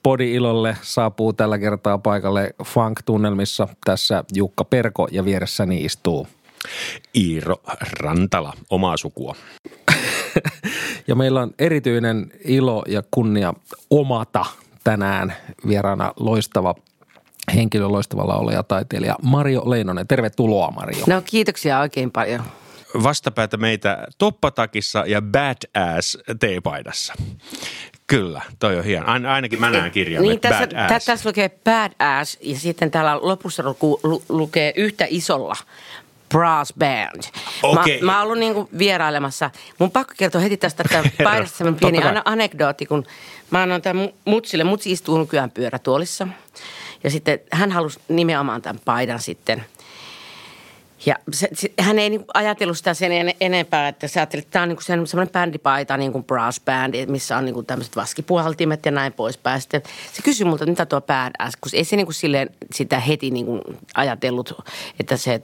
Podi-ilolle saapuu tällä kertaa paikalle funk-tunnelmissa tässä Jukka Perko ja vieressäni istuu Iiro Rantala, omaa sukua. Ja meillä on erityinen ilo ja kunnia omata tänään vieraana loistava henkilö, loistava laulaja, taiteilija Marjo Leinonen. Tervetuloa, Marjo. No kiitoksia oikein paljon. Vastapäätä meitä toppatakissa ja badass teepaidassa. Kyllä, toi on hieno. Ainakin mä näen kirjaimet niin, badass. Tässä lukee badass ja sitten täällä lopussa lukee yhtä isolla brass band. Okay. Mä oon ollut niinku vierailemassa. Mun pakko kertoa heti tästä paidasta semmoinen pieni anekdootti, kun mä annan tämän mutsille. Mutsi istuu nykyään pyörätuolissa ja sitten hän halusi nimenomaan tämän paidan sitten. Ja hän ei niinku ajatellut sitä sen enempää, että se ajatteli, että tämä on niinku semmoinen bändipaita, niin kuin brass band, missä on niinku tämmöiset vaskipuhaltimet ja näin poispäin. Sitten se kysyi multa, että mitä tuo badass, kun ei se niinku silleen sitä heti niinku ajatellut, että se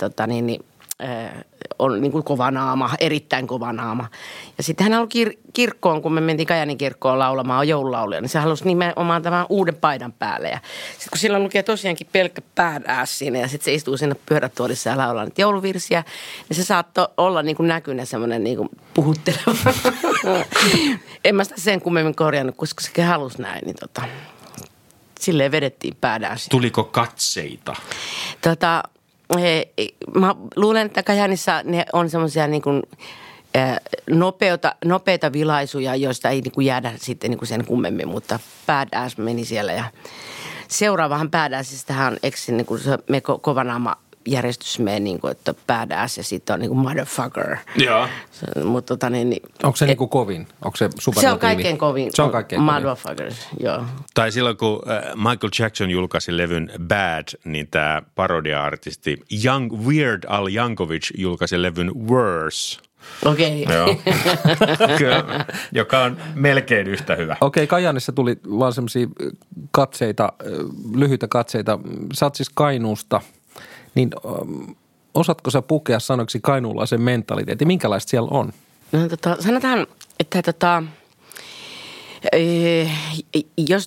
on niinku kova naama, erittäin kova naama. Ja sitten hän halusi kirkkoon, kun me mentiin Kajanin kirkkoon laulamaan joululauluja, niin se halusi nimenomaan tämän uuden paidan päälle. Ja sitten kun silloin lukee tosiaankin pelkkä badass siinä ja sitten se istuu siinä pyörätuolissa ja laulaa niitä jouluvirsiä, niin se saattoi olla niinku näkyinen semmoinen niinku puhutteleva. En mä sitä sen kummemmin korjannut, koska se halusi näin, niin silleen vedettiin badass. Tuliko katseita? Mä luulen, että Kajaanissa ne on semmoisia niin kuin nopeita vilaisuja, joista ei niin kuin jäädä sitten niin kuin sen kummemmin, mutta badass meni siellä. Ja seuraavahan badassistähän eikö niin kuin se kovanaama järjestys menee niin kuin, että badass ja sitten on niin kuin motherfucker. Joo. Mutta onko se niin kuin kovin? Onko se superlatiivi? Se on kaikkein kovin. Se on kaikkein kovin. Motherfucker, joo. Tai silloin, kun Michael Jackson julkaisi levyn Bad, niin tämä parodia-artisti Weird Al Yankovic julkaisi levyn Worse. Okei. Joo. Kyllä, joka on melkein yhtä hyvä. Okei, Kajaanissa tuli vaan semmoisia katseita, lyhyitä katseita. Sä oot siis Kainuusta, niin osaatko sä pukea sanoiksi kainuulaisen mentaliteetin? Minkälaista siellä on? No sanotaan, että jos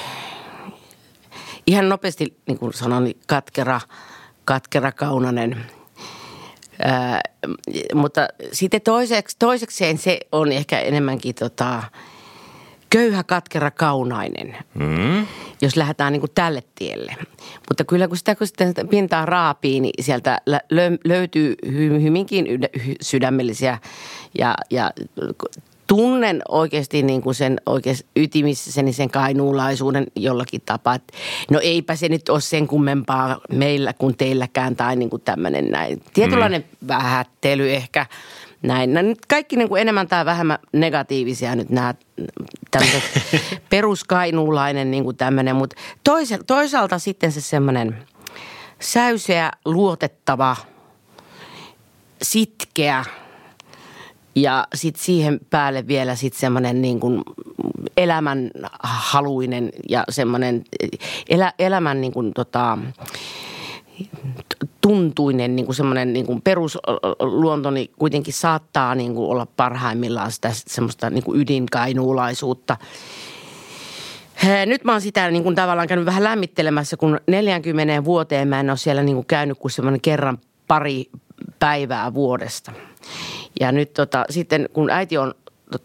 ihan nopeasti niin kuin sanon, niin katkera kaunainen. Mutta sitten toisekseen se on ehkä enemmänkin köyhä, katkera, kaunainen, jos lähdetään niin kuin tälle tielle. Mutta kyllä kun sitä pintaa raapii, niin sieltä löytyy hyvinkin sydämellisiä ja tunnen oikeasti niin kuin sen oikeasti ytimissä sen kainuulaisuuden jollakin tapaa. No eipä se nyt ole sen kummempaa meillä kuin teilläkään tai niin kuin tämmöinen näin. Tietynlainen vähättely ehkä näin. No, nyt kaikki niin kuin enemmän tai vähemmän negatiivisia nyt nämä tämmöiset peruskainuulainen niin kuin tämmöinen. Mutta toisaalta sitten se semmoinen säyseä, luotettava, sitkeä. Ja sitten siihen päälle vielä sitten semmoinen niin kuin elämänhaluinen ja semmoinen elämän niin kuin tuntuinen niin kuin semmoinen niin kuin perusluontoni kuitenkin saattaa niin kuin olla parhaimmillaan sitä semmoista niin kuin ydinkainuulaisuutta. Nyt mä oon sitä niin kuin tavallaan käynyt vähän lämmittelemässä, kun 40 vuoteen mä en ole siellä niin kuin käynyt kuin semmoinen kerran pari päivää vuodesta. Ja nyt sitten kun äiti on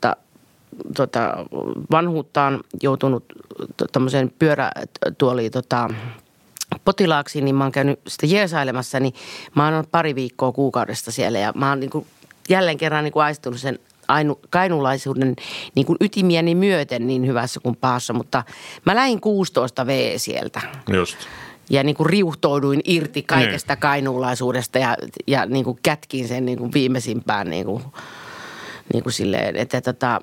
vanhuuttaan joutunut tämmöiseen pyörätuoliin potilaaksi, niin mä oon käynyt sitä jeesailemassa, niin mä oon ollut pari viikkoa kuukaudesta siellä ja mä oon niin kuin jälleen kerran niin kuin aistunut sen kainuulaisuuden niin kuin ytimiäni myöten niin hyvässä kuin pahassa, mutta mä lähdin 16 sieltä. Just. Ja niin kuin riuhtouduin irti kaikesta kainuulaisuudesta ja niin kuin kätkin sen niin kuin viimeisimpään niin kuin silleen, että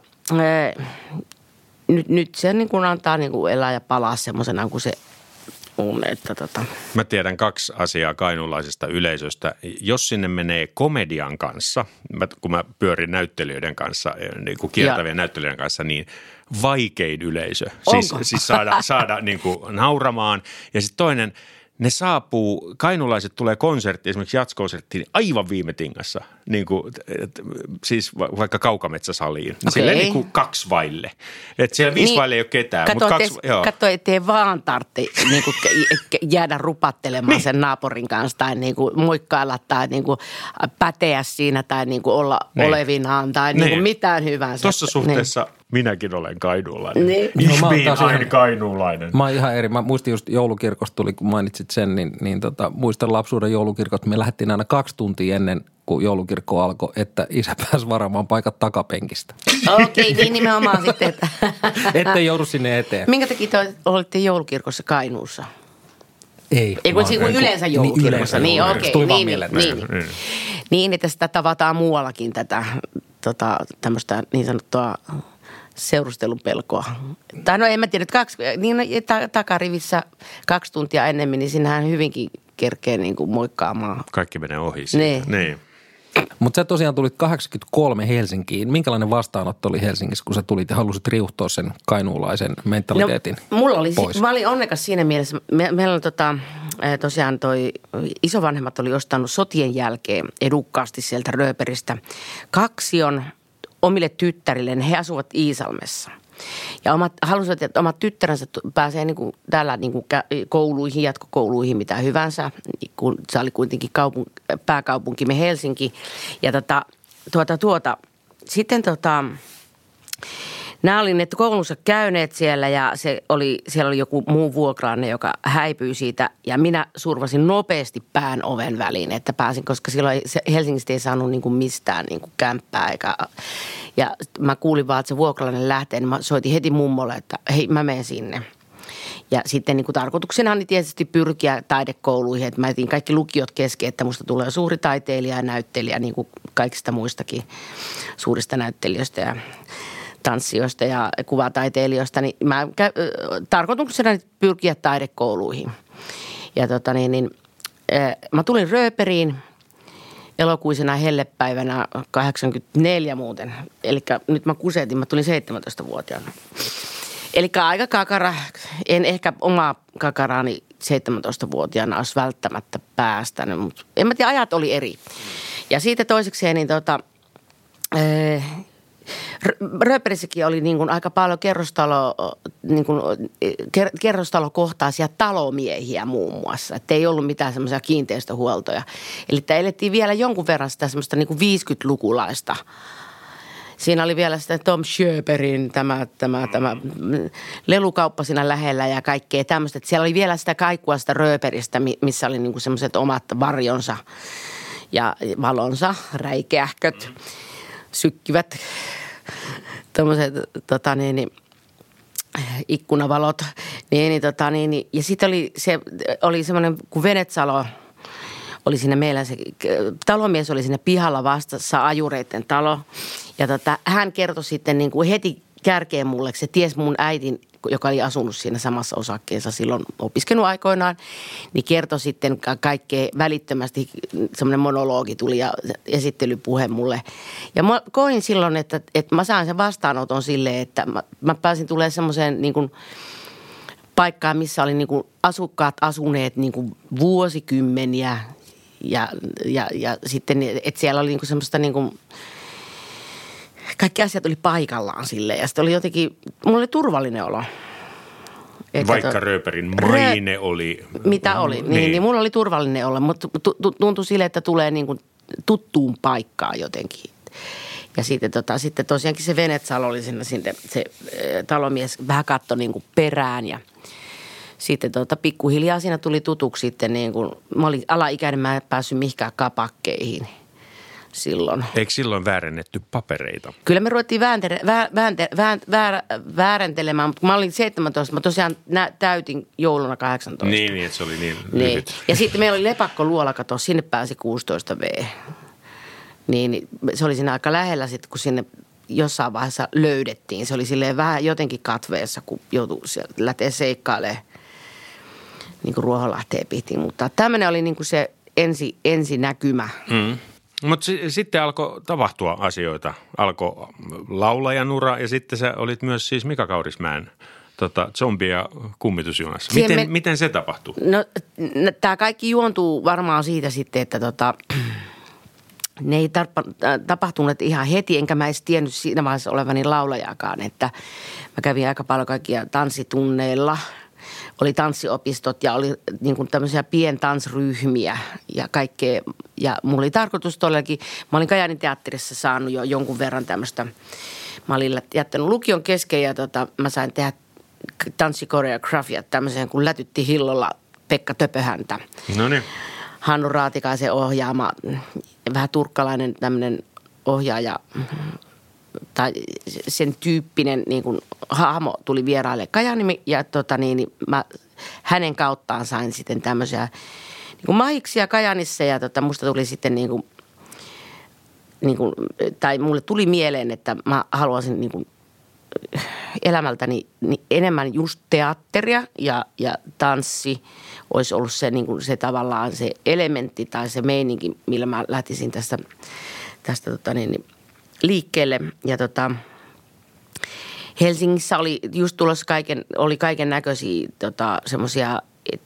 nyt se niin kuin antaa niin kuin elää ja palaa semmoisena kuin se on. Mä tiedän 2 asiaa kainuulaisesta yleisöstä. Jos sinne menee komedian kanssa, kun mä pyörin näyttelijöiden kanssa, niin kuin kiertävien näyttelijöiden kanssa, niin vaikein yleisö. Siis saada niin kuin nauramaan. Ja sitten toinen, ne saapuu, kainulaiset tulee konserttiin, esimerkiksi jatskonserttiin aivan viime tingassa, niin kuin, siis vaikka Kaukametsäsaliin. Okay. Silleen niin kuin 2 vaille. Että siellä 5 vaille ei ole ketään. Katso, ettei vaan tarvitse niin kuin, jäädä rupattelemaan sen naapurin kanssa tai niin kuin, moikkailla tai niin kuin, päteä siinä tai niin kuin, olla olevinaan tai niin kuin, mitään hyvänsä. Tuossa suhteessa minäkin olen kainuulainen. Niin. Ich bin ein kainuulainen. Mä oon ihan eri. Mä muistin just joulukirkosta tuli, kun mainitsit sen, niin muistan lapsuuden joulukirkot. Me lähdettiin aina 2 tuntia ennen, kun joulukirkko alkoi, että isä pääsi varaamaan paikat takapenkistä. Okei, niin nimenomaan sitten, että ettei joudu sinne eteen. Minkä takia te olitte joulukirkossa Kainuussa? Ei. Kun yleensä joulukirkossa. Niin, okei. Tuli vaan mieleen. Niin, että sitä tavataan muuallakin tätä tämmöistä niin sanottua seurustelun pelkoa. Tai no en mä tiedä, että takarivissä 2 tuntia ennemmin, niin sinähän hyvinkin kerkee niin kuin moikkaamaan. Kaikki menee ohi siitä. Niin. Mutta sä tosiaan tulit 83 Helsinkiin. Minkälainen vastaanotto oli Helsingissä, kun sä tulit ja halusit riuhtoa sen kainuulaisen mentaliteetin pois? Mä olin onnekas siinä mielessä. Meillä on tosiaan toi isovanhemmat oli ostanut sotien jälkeen edukkaasti sieltä Rööperistä kaksion omille tyttärille. He asuvat Iisalmessa. Ja halusivat, että omat tyttärensä pääsee niin kuin täällä niin kuin kouluihin, jatkokouluihin, mitä hyvänsä, kun se oli kuitenkin pääkaupunkimme Helsinki. Ja sitten nämä oli ne koulunsa käyneet siellä ja siellä oli joku muu vuokraanne, joka häipyi siitä. Ja minä survasin nopeasti pään oven väliin, että pääsin, koska silloin Helsingistä ei saanut niin kuin mistään niin kuin kämppää ja mä kuulin vaan, että se vuokralainen lähtee, niin mä soitin heti mummolle, että hei, mä menen sinne. Ja sitten niin kuin tarkoituksena oli tietysti pyrkiä taidekouluihin, että mä etin kaikki lukiot kesken, että musta tulee suuri taiteilija ja näyttelijä, niin kuin kaikista muistakin suurista näyttelijöistä ja tanssijoista ja kuvataiteilijoista. Niin tarkoituksena oli pyrkiä taidekouluihin. Ja mä tulin Rööperiin elokuisena hellepäivänä 84 muuten. Eli nyt mä kusetin, mä tulin 17-vuotiaana. Eli aika kakara, en ehkä omaa kakaraani 17-vuotiaana olisi välttämättä päästänyt, mutta en mä tiedä, ajat oli eri. Ja siitä toisekseen, niin Rööperissäkin oli niin kuin aika paljon kerrostalokohtaisia talomiehiä muun muassa. Että ei ollut mitään semmoisia kiinteistöhuoltoja. Eli elettiin vielä jonkun verran sitä semmoista niin kuin 50-lukulaista. Siinä oli vielä sitä Tom Schöperin tämä lelukauppa siinä lähellä ja kaikkea tämmöistä. Että siellä oli vielä sitä kaikua sitä Rööperistä, missä oli niin kuin semmoiset omat varjonsa ja valonsa, räikeähköt, sykkivät tommoset ikkunavalot. Ja sitten oli semmoinen kuin Venetsalo oli siinä meillä, se talomies oli siinä pihalla vastassa, ajureiden talo. Ja hän kertoi sitten niin kuin heti kärkeen mulle, se ties mun äitin, joka oli asunut siinä samassa osakkeessa silloin opiskenut aikoinaan, niin kertoi sitten kaikkea välittömästi, semmoinen monologi tuli ja esittelypuhe mulle. Ja mä koin silloin, että mä sain sen vastaanoton silleen, että mä pääsin tulemaan semmoiseen niin kuin paikkaan, missä oli niin kuin asukkaat asuneet niin kuin vuosikymmeniä ja sitten, että siellä oli niin kuin semmoista niin kuin kaikki asiat oli paikallaan silleen ja sitten oli jotenkin, mulla oli turvallinen olo. Että vaikka Rööperin maine oli. Mitä oli, niin mulla oli turvallinen olo, mutta tuntui silleen, että tulee niin kuin tuttuun paikkaan jotenkin. Ja sitten tosiaankin se Venetsalo oli sinne se talomies vähän katsoi niin kuin perään ja sitten pikkuhiljaa siinä tuli tutuksi sitten niin kuin, mä olin alaikäinen, mä en päässyt mihinkään kapakkeihin silloin. Eikö silloin väärennetty papereita? Kyllä me ruvettiin väärentelemään, mutta kun mä olin 17, mä tosiaan täytin jouluna 18. Niin, että se oli niin lyhyt. Ja sitten meillä oli lepakkoluola, kato, sinne pääsi 16V. Niin se oli siinä aika lähellä sitten, kun sinne jossain vaiheessa löydettiin. Se oli silleen vähän jotenkin katveessa, kun joutui lähteä seikkailemaan niin kuin Ruohonlahteen piti. Mutta tämmöinen oli niin kuin se ensi näkymä. Mutta sitten alkoi tapahtua asioita. Alkoi laulajanura ja sitten sä olit myös siis Mika Kaurismäen zombia kummitusjunassa. Miten se tapahtuu? No tämä kaikki juontuu varmaan siitä sitten, että ne ei tapahtuneet ihan heti, enkä mä edes tiennyt siinä vaiheessa olevani laulajakaan, että mä kävin aika paljon kaikkia tanssitunneilla. Oli tanssiopistot ja oli niin kuin tämmöisiä pientansryhmiä ja kaikkea. Ja mulla oli tarkoitus todellakin, mä olin Kajaanin teatterissa saanut jo jonkun verran tämmöistä. Mä olin jättänyt lukion kesken ja mä sain tehdä tanssikoreografiat tämmöiseen, kun Lätytti Hillolla Pekka Töpöhäntä. No niin. Hannu Raatikaisen ohjaama, vähän turkkalainen tämmöinen ohjaaja tai sen tyyppinen niin kuin hahmo tuli vieraille Kajaaniin ja mä hänen kauttaan sain sitten tämmöisiä niin kuin mahiksia Kajaanissa ja musta tuli sitten niin kuin, tai mulle tuli mieleen, että mä haluaisin niin kuin elämältäni enemmän just teatteria ja tanssi olisi ollut se, niin kuin se tavallaan se elementti tai se meininki, millä mä lähtisin tästä liikkeelle. Ja Helsingissä oli just tulossa kaiken näköisiä semmoisia,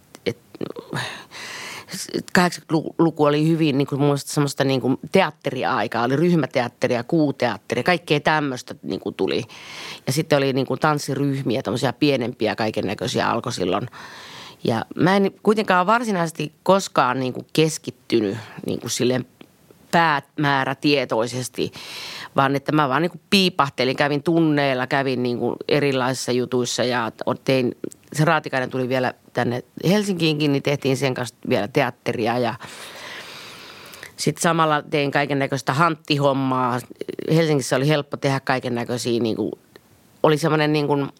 80-luku oli hyvin niin kuin muista semmoista niin kuin teatteriaikaa, oli ryhmäteatteria, kuuteatteria, kaikkea tämmöistä niin kuin tuli. Ja sitten oli niin kuin tanssiryhmiä, tämmöisiä pienempiä kaiken näköisiä alkoi silloin. Ja mä en kuitenkaan varsinaisesti koskaan niin kuin keskittynyt niin kuin silleen päämäärätietoisesti, vaan että mä vaan niin kuin piipahtelin, kävin tunneilla, kävin niin kuin erilaisissa jutuissa ja tein, se Raatikainen tuli vielä tänne Helsinkiinkin, niin tehtiin sen kanssa vielä teatteria ja sitten samalla tein kaiken näköistä hanttihommaa. Helsingissä oli helppo tehdä kaiken näköisiä, niin kuin, oli semmoinen niin kuin,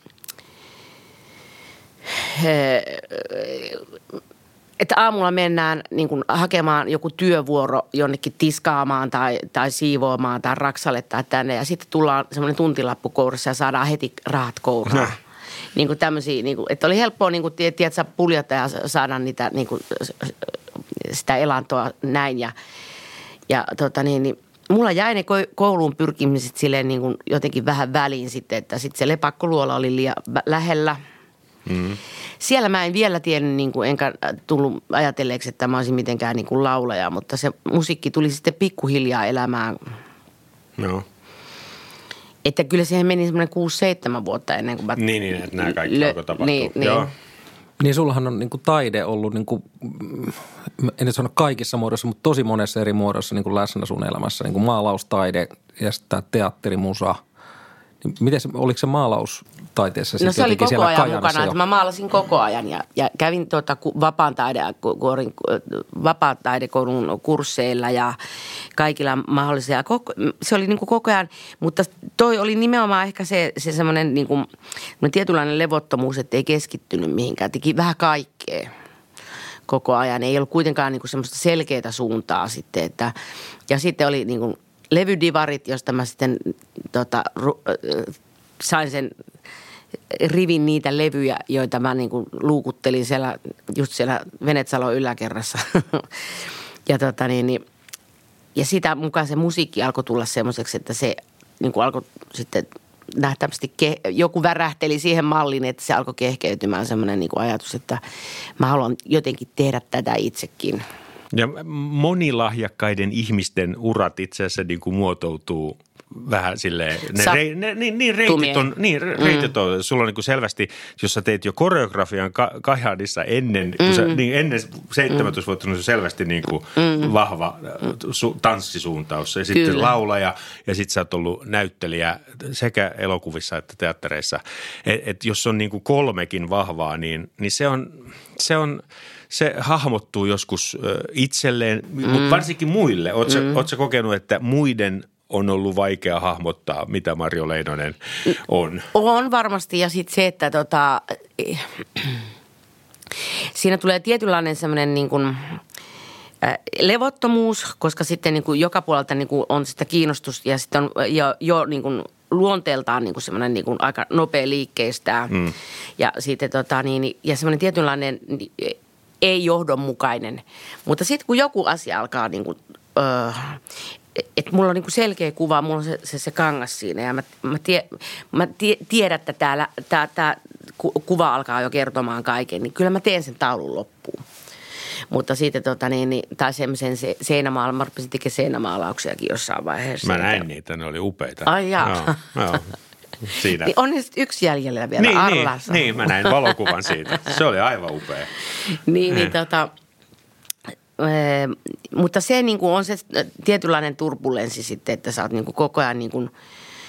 että aamulla mennään niin kuin hakemaan joku työvuoro jonnekin tiskaamaan tai siivoamaan tai raksalle tai tänne. Ja sitten tullaan semmoinen tuntilappu kourassa ja saadaan heti rahat kouraan. No. Niin kuin tämmöisiä, niin kuin, että oli helppoa niin kuin, tiedätkö, puljata ja saada niitä, niin kuin, sitä elantoa näin. Ja niin mulla jäi ne kouluun pyrkimiset silleen niin kuin jotenkin vähän väliin sitten, että sitten se lepakkoluola oli liian lähellä. Mm. Siellä mä en vielä tiennyt, niin kuin, enkä tullut ajatelleeksi, että mä olisin mitenkään niin kuin laulaja, mutta se musiikki tuli sitten pikkuhiljaa elämään. No. Että kyllä siihen meni semmoinen 6-7 vuotta ennen kuin mä... Niin, että nämä kaikki alkoi tapahtua. Niin. Niin sullahan on niin kuin taide ollut, niin kuin, en nyt sano kaikissa muodossa, mutta tosi monessa eri muodossa niin kuin läsnä sun elämässä. Niin kuin maalaustaide ja sitten teatterimusa. Niin miten se, oliko se maalaustaiteessa sitten se oli koko ajan mukana, jo? että mä maalasin koko ajan ja kävin vapaan taidekoulun kursseilla ja kaikilla mahdollisilla. Se oli niin kuin koko ajan, mutta toi oli nimenomaan ehkä se semmoinen niin kuin tietynlainen levottomuus, että ei keskittynyt mihinkään. Teki vähän kaikkea koko ajan. Ei ollut kuitenkaan niin kuin semmoista selkeää suuntaa sitten, että ja sitten oli niin kuin levydivarit, josta mä sitten sain sen rivin niitä levyjä, joita mä niin kuin luukuttelin just siellä Venetsalon yläkerrassa. Ja sitä mukaan se musiikki alkoi tulla semmoiseksi, että se niin kuin alkoi sitten nähtävästi, joku värähteli siihen malliin, että se alkoi kehkeytymään semmoinen niin kuin ajatus, että mä haluan jotenkin tehdä tätä itsekin. Ja monilahjakkaiden ihmisten urat itse asiassa niin kuin muotoutuu vähän silleen, reitit on, sulla on niin kuin selvästi, jos sä teit jo koreografian Kajaanissa ennen, kun sä, niin ennen 17 vuotta on selvästi niin kuin vahva tanssisuuntaus ja sitten kyllä laulaja ja sitten sä oot ollut näyttelijä sekä elokuvissa että teattereissa. Et jos on niin kuin 3 vahvaa, niin se hahmottuu joskus itselleen, mutta varsinkin muille. Ootko sä kokenut, että muiden on ollut vaikea hahmottaa, mitä Marjo Leinonen on? On varmasti ja sitten se, että siinä tulee tietynlainen semmoinen niin kuin levottomuus, koska sitten niin kuin joka puolelta niin kuin on sitä kiinnostusta ja sitten on jo niin kuin luonteeltaan niin kuin semmoinen niin kuin aika nopea liikkeistä ja sitten ja semmoinen tietynlainen ei-johdonmukainen. Mutta sitten kun joku asia alkaa niin kuin, että mulla on niin kuin selkeä kuva, mulla on se kangas siinä ja mä tiedän, että tämä kuva alkaa jo kertomaan kaiken, niin kyllä mä teen sen taulun loppuun. Mutta sitten tai semmoisen seinämaalauksen, mä rupesin tekemään seinämaalauksiakin jossain vaiheessa. Mä näin niitä, ne oli upeita. Ai jaa. Joo. Siinä. Niin on yksi jäljellä vielä Arlassa. Niin, mä näin valokuvan siitä. Se oli aivan upea. Mutta se niin kuin on se tietynlainen turbulenssi sitten, että sä oot niin kuin koko ajan niin kuin,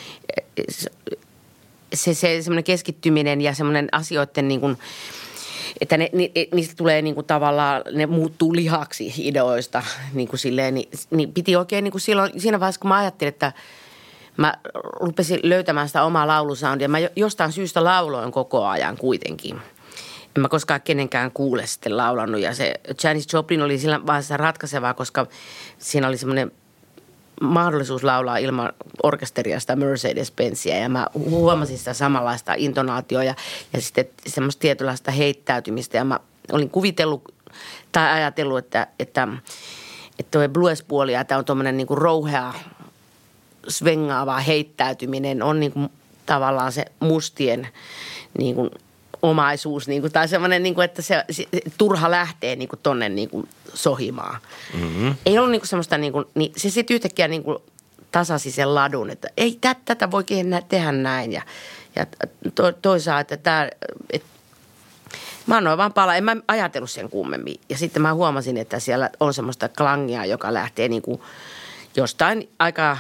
se semmoinen keskittyminen ja semmoinen asioiden niin kuin, että niistä tulee niin kuin tavallaan, ne muuttuu lihaksi ideoista niin kuin silleen, niin piti oikein niin kuin silloin, siinä vaiheessa kun mä ajattelin, että mä rupesin löytämään sitä omaa laulusoundia. Mä jostain syystä lauloin koko ajan kuitenkin. En mä koskaan kenenkään kuule sitten laulannut. Ja se Janis Joplin oli sillä vaiheessa ratkaisevaa, koska siinä oli semmoinen mahdollisuus laulaa ilman orkesteria sitä Mercedes-Benzia. Ja mä huomasin sitä samanlaista intonaatioa ja sitten semmoista tietynlaista heittäytymistä. Ja mä olin kuvitellut tai ajatellut, että toi blues-puoli ja tämä on tommoinen niinku rouhea, svengaava heittäytyminen on niin kuin tavallaan se mustien niin kuin omaisuus niin kuin, tai semmoinen, niin kuin, että se turha lähtee niin kuin tonne niin kuin sohimaan. Mm-hmm. Ei ollut niin kuin semmoista, niin kuin, niin se sitten yhtäkkiä niin kuin tasasi sen ladun, että ei tätä voikin tehdä näin ja toisaalta, että mä annoin vaan palaa, en mä ajatellut sen kummemmin. Ja sitten mä huomasin, että siellä on semmoista klangia, joka lähtee niin kuin jostain aika.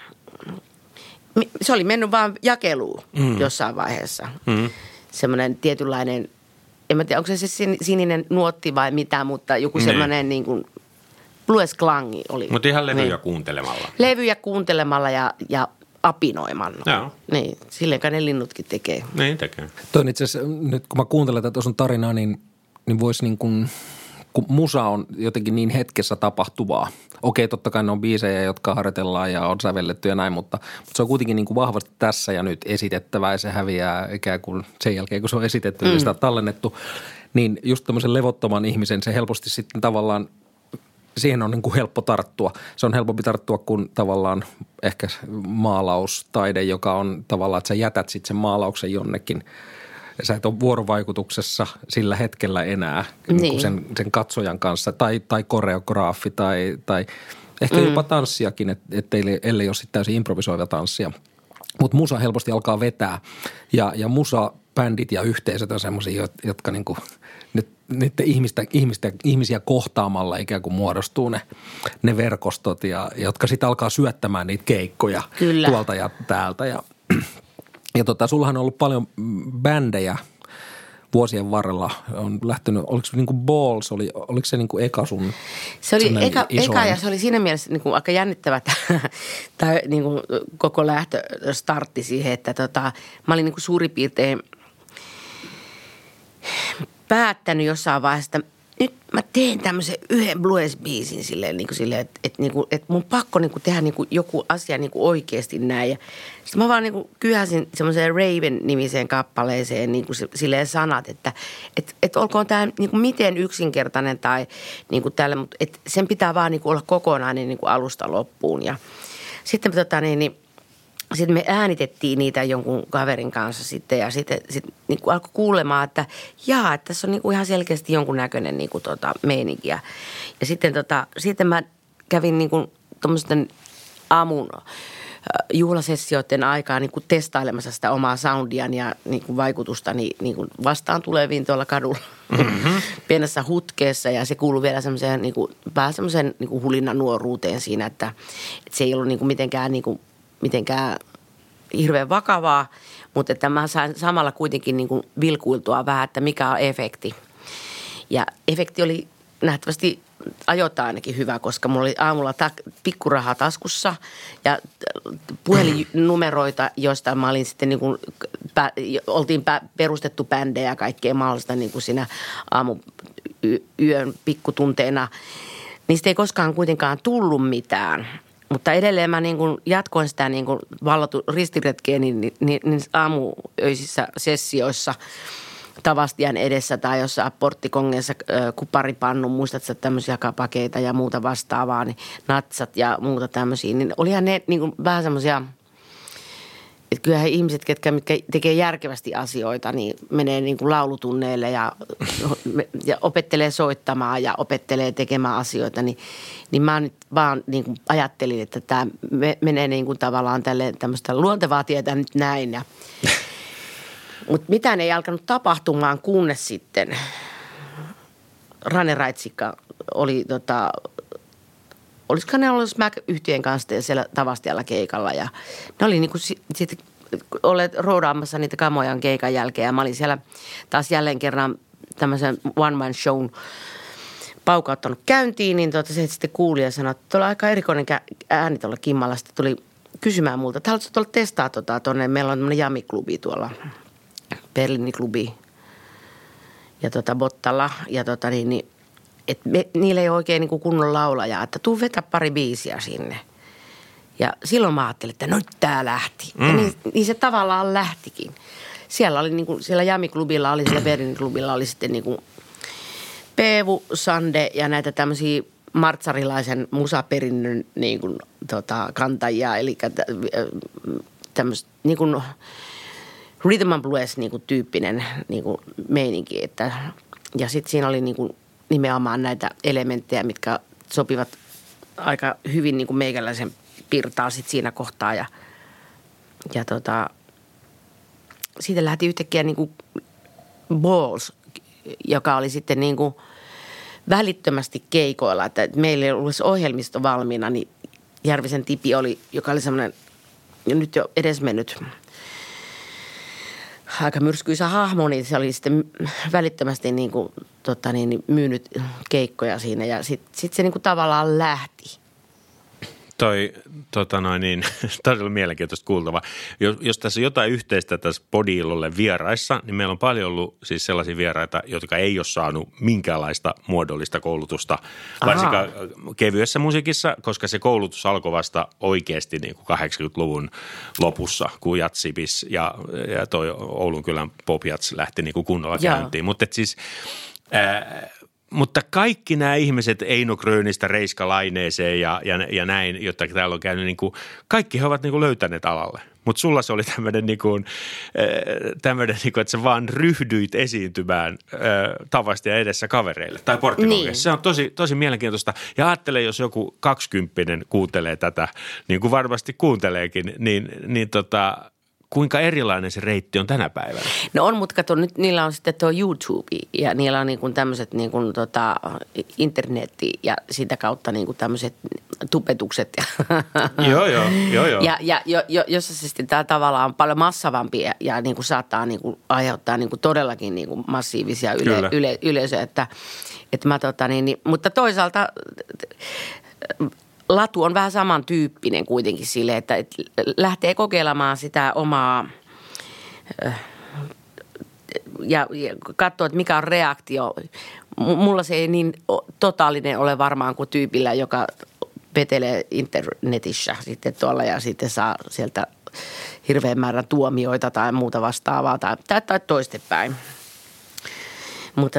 Se oli mennyt vaan jakeluun jossain vaiheessa. Semmoinen tietynlainen, en mä tiedä, onko se sininen nuotti vai mitä, mutta joku semmoinen niin kuin blues-klangi oli. Mutta ihan levyjä kuuntelemalla. Levyjä kuuntelemalla ja apinoimalla. Joo. Niin, silleen kai ne linnutkin tekee. Niin tekee. Toin itse asiassa, nyt kun mä kuuntelen tätä sun tarinaa, niin voisi niin kuin, kun musa on jotenkin niin hetkessä tapahtuvaa. Okei, totta kai ne on biisejä, jotka harjoitellaan ja on sävelletty ja näin, mutta se on kuitenkin niin kuin vahvasti tässä ja nyt esitettävää ja se häviää ikään kuin sen jälkeen, kun se on esitetty ja sitä on tallennettu. Niin just tämmöisen levottoman ihmisen se helposti sitten tavallaan, siihen on niin kuin helppo tarttua. Se on helpompi tarttua kuin tavallaan ehkä maalaustaide, joka on tavallaan, että sä jätät sitten sen maalauksen jonnekin. Sä et ole vuorovaikutuksessa sillä hetkellä enää niin. sen katsojan kanssa tai koreograafi tai ehkä jopa tanssiakin, ellei ole sitten täysin improvisoiva tanssia. Mutta musa helposti alkaa vetää ja musabändit ja yhteisöt on semmoisia, jotka niinku niiden ihmisiä kohtaamalla ikään kuin muodostuu ne verkostot, jotka sitten alkaa syöttämään niitä keikkoja Kyllä. tuolta ja täältä ja sullahan on ollut paljon bändejä vuosien varrella. On lähtenyt, oliko se niin kuin Balls, oliko se niin kuin eka sun? Se oli eka ja se oli siinä mielessä niin kuin aika jännittävä tai niin kuin koko lähtöstartti siihen, että mä olin niin kuin suurin piirtein päättänyt jossain vaiheessa, että nyt mä teen tämmöisen yhden blues-biisin silleen, että mun pakko niin kuin tehdä niin kuin joku asia niin kuin oikeasti näin. Ja sitten mä vaan niin kuin kyhäsin semmoiseen Raven-nimiseen kappaleeseen niin kuin silleen sanat, että olkoon tämä niin kuin miten yksinkertainen tai niin kuin tällä, mutta että sen pitää vaan niin kuin olla kokonainen niin kuin alusta loppuun. Ja sitten sitten me äänitettiin niitä jonkun kaverin kanssa sitten ja sitten niin kuin alkoi kuulemaan, että tässä on niin kuin ihan selkeästi jonkun näköinen niin kuin meininki. Ja sitten mä kävin niin kuin tuommoisten aamun juhlasessioiden aikaa niin kuin testailemassa sitä omaa soundiani ja niin kuin vaikutustani niin kuin vastaan tuleviin tuolla kadulla pienessä hutkeessa. Ja se kuului vielä semmoiseen niin kuin, vähän semmoisen niin kuin hulinnan nuoruuteen siinä, että se ei ollut niin kuin mitenkään hirveän vakavaa, mutta että mä sain samalla kuitenkin niin kuin vilkuiltua vähän, että mikä on efekti. Ja efekti oli nähtävästi ajoittain ainakin hyvä, koska mulla oli aamulla pikkurahaa taskussa ja puhelinnumeroita, joista mä olin sitten niin kuin, oltiin perustettu bändejä ja kaikkea mahdollista niin kuin siinä aamuyön pikkutunteena. Niistä ei koskaan kuitenkaan tullut mitään. Mutta edelleen mä niin kuin jatkoin sitä niin kuin ristiretkeä niin aamuöisissä sessioissa Tavastian edessä tai jossain porttikongeessa kuparipannu, muistatko tämmöisiä kapakeita ja muuta vastaavaa, niin natsat ja muuta tämmöisiä. Niin olihan ne niin kuin vähän semmoisia, Että kyllähän ihmiset, mitkä tekee järkevästi asioita, niin menee niin kuin laulutunneille ja opettelee soittamaan ja opettelee tekemään asioita. Niin mä nyt vaan niin kuin ajattelin, että tämä menee niin kuin tavallaan tämmöistä luontevaa tietä nyt näin. Mutta mitään ei alkanut tapahtumaan, kunnes sitten Rane Raitsikka oli olisiko ne ollut Smack-yhtiön kanssa siellä Tavastialla keikalla ja ne oli niinku sitten olleet roodaamassa niitä kamojan keikan jälkeen ja mä olin siellä taas jälleen kerran tämmöisen one-man shown paukauttanut käyntiin, niin se sitten kuuli ja sanoi, että tuolla aika erikoinen ääni tuolla Kimmalla. Sitten tuli kysymään multa, että haluatko tuolla testaa tuonne, meillä on tämmöinen jamiklubi tuolla, Berliinin klubi ja Bottalla ja että niillä ei ole oikein niin kuin kunnon laulajaa, että tuu vetä pari biisiä sinne. Ja silloin mä ajattelin, että nyt tää lähti. Ja niin se tavallaan lähtikin. Siellä oli niin kuin, siellä Jami-klubilla oli, siellä Berliinin klubilla oli sitten niin kuin Peevu, Sande ja näitä tämmöisiä martsarilaisen musaperinnön niin kuin, kantajia, eli tämmöistä niin kuin rhythm and blues niin kuin tyyppinen niin kuin meininki. Ja sitten siinä oli niin kuin nimenomaan näitä elementtejä, mitkä sopivat aika hyvin niin kuin meikäläisen pirtaa sit siinä kohtaa. Ja siitä lähti yhtäkkiä niin kuin Balls, joka oli sitten niin kuin välittömästi keikoilla. Että meillä ei ollut ohjelmisto valmiina, niin Järvisen Tipi oli, joka oli semmoinen nyt jo edesmennyt aika myrskyisä hahmo, niin se oli sitten välittömästi niin kuin, myynyt keikkoja siinä ja sitten se niin kuin tavallaan lähti. Todella mielenkiintoista kuultava. Jos tässä on jotain yhteistä tässä Podiilolle vieraissa, niin meillä on paljon ollut siis sellaisia vieraita, jotka ei ole saanut minkäänlaista muodollista koulutusta, varsinkaan kevyessä musiikissa, koska se koulutus alkoi vasta oikeasti niin kuin 80-luvun lopussa, kun Jatsibis ja toi Oulun kylän Pop-Jats lähti niin kuin kunnolla käyntiin. Mutta kaikki nämä ihmiset Eino Grönistä Reiska Laineeseen ja näin, jotta täällä on käynyt, niin kuin, kaikki he ovat niin kuin löytäneet alalle. Mutta sulla se oli tämmöinen, että sä vaan ryhdyit esiintymään Tavastia edessä kavereille tai Porttikongeissa. Niin. Se on tosi mielenkiintoista. Ja ajattele, jos joku 20 kuuntelee tätä, niin kuin varmasti kuunteleekin, niin kuinka erilainen se reitti on tänä päivänä? No on, mutta kato, nyt niillä on sitten tuo YouTube ja niillä on niin kuin tämmöiset niin kuin internetti ja sitä kautta niin kuin tämmöiset tupetukset. Joo. Ja jossa se sitten tämä tavallaan on paljon massavampi ja niin kuin saattaa niin kuin aiheuttaa niin kuin todellakin niin kuin massiivisia yleisöjä. Että mä mutta toisaalta latu on vähän samantyyppinen kuitenkin sille, että lähtee kokeilemaan sitä omaa ja katsoo, että mikä on reaktio. Mulla se ei niin totaalinen ole varmaan kuin tyypillä, joka petelee internetissä sitten tuolla ja sitten saa sieltä hirveän määrän tuomioita tai muuta vastaavaa tai toistepäin. Mutta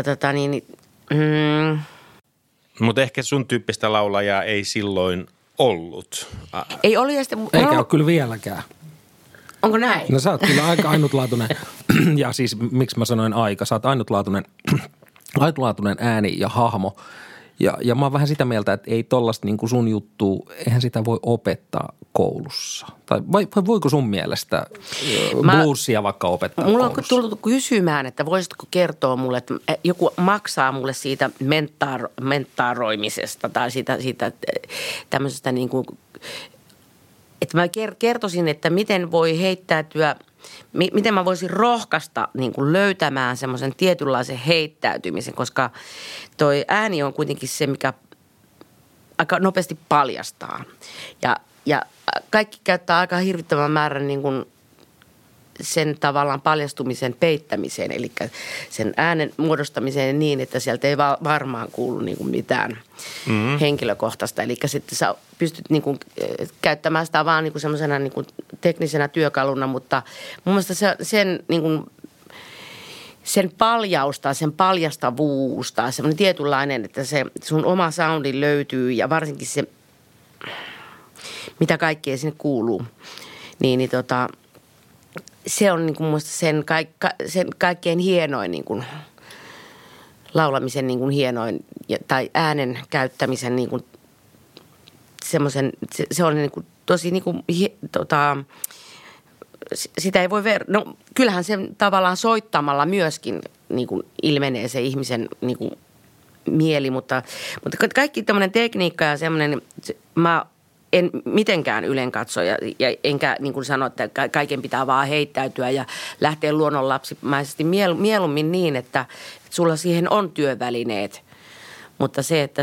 Mutta ehkä sun tyyppistä laulajaa ei silloin ollut. Ei ollut. Eikä ole kyllä vieläkään. Onko näin? No sä oot kyllä aika ainutlaatuinen, ja siis miksi mä sanoin aika, sä oot ainutlaatuinen ääni ja hahmo. Ja mä oon vähän sitä mieltä, että ei tollaista niin kuin sun juttua, eihän sitä voi opettaa koulussa. Tai vai voiko sun mielestä bluesia vaikka opettaa koulussa? Mulla on tullut kysymään, että voisitko kertoa mulle, että joku maksaa mulle siitä mentaaroimisesta tai siitä tämmöisestä niin kuin, että mä kertoisin, että miten voi heittäytyä, miten mä voisin rohkaista niin kuin löytämään semmoisen tietynlaisen heittäytymisen, koska toi ääni on kuitenkin se, mikä aika nopeasti paljastaa. Ja kaikki käyttää aika hirvittävän määrän niin kuin sen tavallaan paljastumisen peittämiseen, eli sen äänen muodostamiseen niin, että sieltä ei varmaan kuulu niin kuin mitään henkilökohtaista. Eli sitten sä pystyt niin kuin käyttämään sitä vaan niin kuin semmoisena niin kuin teknisenä työkaluna, mutta mun mielestä sen niin kuin sen paljausta, sen paljastavuusta, semmoinen tietynlainen, että se sun oma soundi löytyy ja varsinkin se, mitä kaikkea sinne kuuluu, se on niin kuin musta sen kaikkein hienoin niin kuin laulamisen niin kuin hienoin tai äänen käyttämisen niin kuin semmoisen, se on niin kuin tosi niin kuin, sitä ei voi no kyllähän se tavallaan soittamalla myöskin niin kuin ilmenee se ihmisen niin kuin mieli, mutta kaikki tämmöinen tekniikka ja semmoinen, mä en mitenkään ylenkatsoja ja enkä niin kuin sano, että kaiken pitää vaan heittäytyä ja lähteä luonnonlapsimaisesti mieluummin niin, että sulla siihen on työvälineet, mutta se, että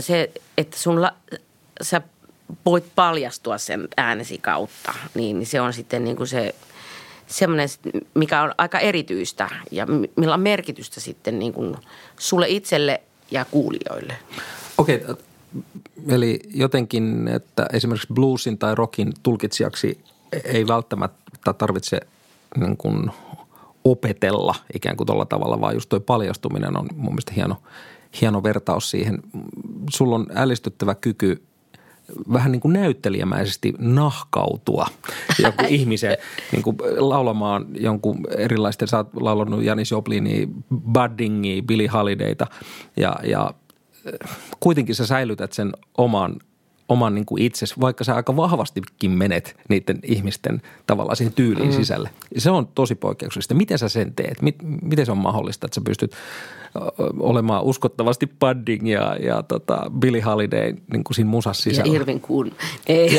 sä voit paljastua sen äänesi kautta, niin se on sitten niin kuin se semmoinen, mikä on aika erityistä ja millä on merkitystä sitten niin kuin sulle itselle ja kuulijoille. Okei, eli jotenkin, että esimerkiksi bluesin tai rockin tulkitsijaksi ei välttämättä tarvitse niin kuin opetella ikään kuin tuolla tavalla, vaan just toi paljastuminen on mun mielestä hieno vertaus siihen. Sulla on ällistyttävä kyky vähän niin kuin näyttelijämäisesti nahkautua joku ihmisen niin kuin laulamaan jonkun erilaisten, sä oot laulanut Janis Joplinia, Buddingia, Billie Holidayta ja kuitenkin sä säilytät sen oman niin kuin itsesi, vaikka sä aika vahvastikin menet niiden ihmisten tavallaan siihen tyyliin sisälle. Se on tosi poikkeuksellista. Miten sä sen teet? Miten se on mahdollista, että sä pystyt olemaan uskottavasti Budding ja Billie Holiday niin kuin siinä musassa sisällä? Ja Irvin Kuhlman. Ei,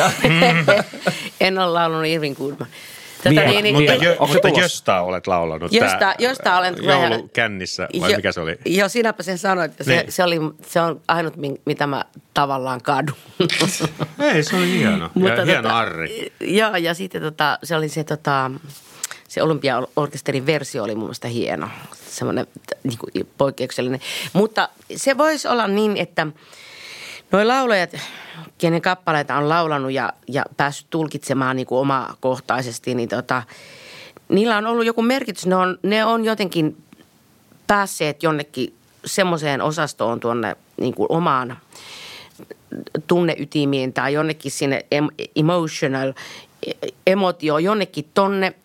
en ole laulanut Irvin Kuhlman. Mutta Jöstä olet laulanut. Jöstä olen. Joulukännissä, vai mikä se oli? Joo, sinäpä sen sanoit. Se on ainut, mitä mä tavallaan kadun. Ei, se oli hieno. Ja hieno arri. Joo, ja sitten se oli se Olympiaorkesterin versio oli mun mielestä hieno. Semmoinen niin kuin poikkeuksellinen. Mutta se voisi olla niin, että nuo laulajat, kenen kappaleita on laulanut ja päässyt tulkitsemaan niin kuin omakohtaisesti, niin niillä on ollut joku merkitys. Ne on jotenkin päässeet jonnekin semmoiseen osastoon tuonne niin kuin omaan tunneytimiin tai jonnekin sinne emotional, emotio, jonnekin tonne,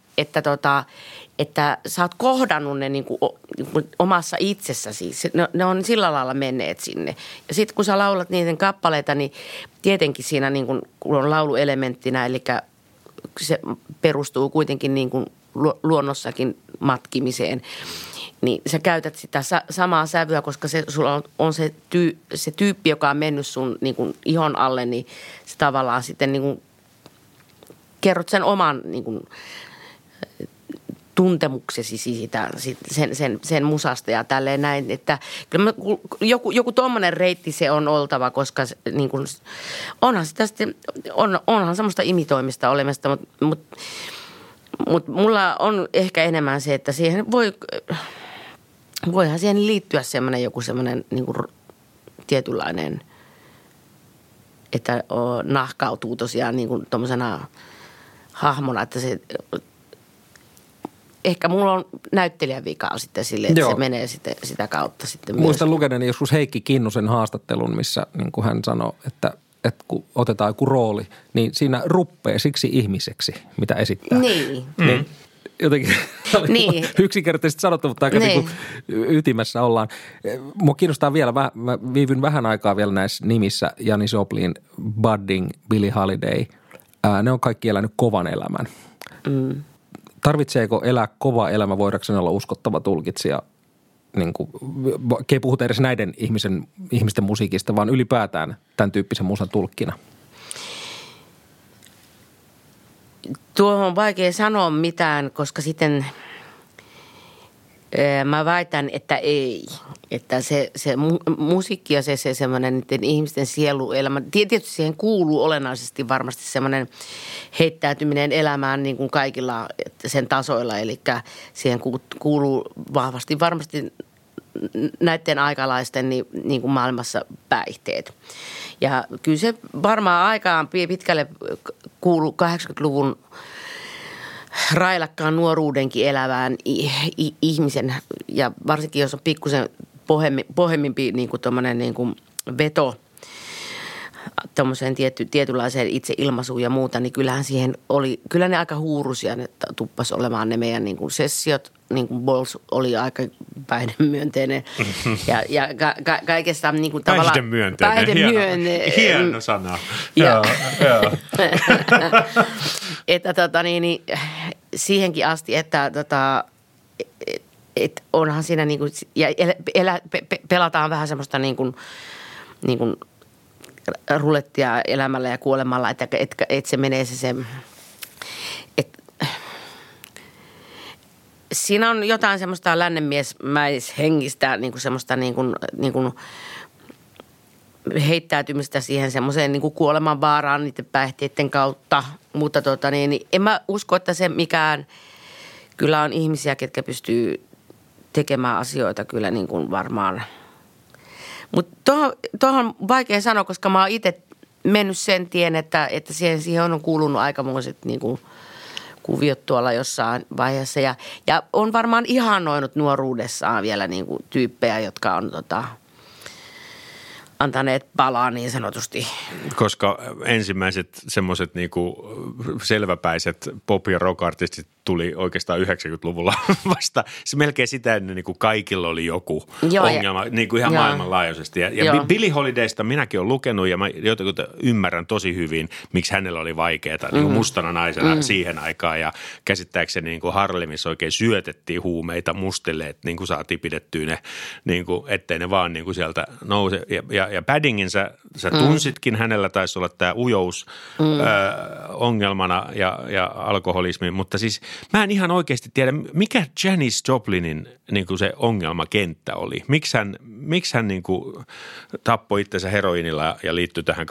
että sä oot kohdannut ne niin kuin omassa itsessäsi. Ne on sillä lailla menneet sinne. Ja sitten kun sä laulat niiden kappaleita, niin tietenkin siinä niin kuin, kun on lauluelementtinä, eli se perustuu kuitenkin niin kuin luonnossakin matkimiseen, niin sä käytät sitä samaa sävyä, koska sulla on se tyyppi, joka on mennyt sun niin kuin ihon alle, niin se tavallaan sitten niin kuin kerrot sen oman niin kuin tuntemuksesi siitä, sen musasta ja tälleen näin, että kyllä joku tommoinen reitti se on oltava, koska niin kuin, onhan sitä sitten, onhan semmoista imitoimista olemasta, mutta mulla on ehkä enemmän se, että siihen voihan siihen liittyä joku semmoinen niin kuin tietynlainen, että nahkautuu tosiaan niin kuin tommosena hahmona, että se ehkä mulla on näyttelijän vikaa sitten silleen, että se menee sitä kautta sitten myös. Muistan lukeneeni joskus Heikki Kinnusen haastattelun, missä niin kuin hän sanoi, että kun otetaan joku rooli, niin siinä ruppee siksi ihmiseksi, mitä esittää. Niin. Niin jotenkin niin. Yksinkertaisesti sanottu, mutta aika niin kuin ytimessä ollaan. Mua kiinnostaa vielä, mä viivyn vähän aikaa vielä näissä nimissä, Janis Joplin, Budding, Billie Holiday. Ne on kaikki elänyt kovan elämän. Tarvitseeko elää kova elämä, voidakseen olla uskottava tulkitsija? Niin kuin, ei puhuta edes näiden ihmisten musiikista, vaan ylipäätään tämän tyyppisen musan tulkkina. Tuohon on vaikea sanoa mitään, koska sitten mä väitän, että ei. Että se musiikki ja se semmoinen niiden ihmisten sieluelämä, tietysti siihen kuuluu olennaisesti varmasti semmoinen heittäytyminen elämään niin kuin kaikilla sen tasoilla. Eli siihen kuuluu vahvasti varmasti näiden aikalaisten niin kuin maailmassa päihteet. Ja kyllä se varmaan aikaan pitkälle kuuluu 80-luvun railakkaan nuoruudenkin elävään ihmisen, ja varsinkin jos on pikkusen pohjemminpi niin kuin tommoinen niin kuin veto tuommoiseen tietynlaiseen itseilmaisuun ja muuta, niin kyllähän siihen oli, kyllä ne aika huurusia ne tuppasi olemaan ne meidän niin kuin sessiot. Niin kuin Balls oli aika päihdemyönteinen ja kaikesta niin kuin tavallaan... Päihdemyönteinen. Hieno sana. Joo. Että siihenkin asti, että onhan siinä niin kuin, ja pelataan vähän semmoista niin kuin rulettia elämällä ja kuolemalla, että se menee se siinä on jotain semmoista lännenmiesmäishengistä, niin kuin semmoista niin kuin heittäytymistä siihen semmoiseen niin kuin kuoleman vaaraan niiden päihteiden kautta. Mutta niin en mä usko, että se mikään, kyllä on ihmisiä, ketkä pystyy tekemään asioita kyllä niin kuin varmaan. Mutta tuohon on vaikea sanoa, koska mä oon itse mennyt sen tien, että siihen on kuulunut aikamoiset niin kuin kuviot tuolla jossain vaiheessa. Ja on varmaan ihanoinut nuoruudessaan vielä niin kuin tyyppejä, jotka on antaneet palaa niin sanotusti. Koska ensimmäiset semmoiset niinku selväpäiset pop- ja rock-artistit tuli oikeastaan 90-luvulla vasta. Se melkein sitä ennen niinku kaikilla oli joku ongelma niinku ihan maailmanlaajuisesti. Ja Billie Holidaysta minäkin olen lukenut ja mä jotenkin ymmärrän tosi hyvin, miksi hänellä oli vaikeaa niinku mustana naisena siihen aikaan. Ja käsittääkseni niinku Harlemissa oikein syötettiin huumeita mustille, että niinku saatiin pidettyä ne, niinku, ettei ne vaan niinku sieltä nouse. Ja Paddingin sä tunsitkin, hänellä taisi olla tämä ujous ongelmana ja alkoholismi, mutta siis mä en ihan oikeasti tiedä, mikä Janis Joplinin niin kuin se ongelmakenttä oli. Miksi hän niin kuin tappoi itsensä heroinilla ja liittyi tähän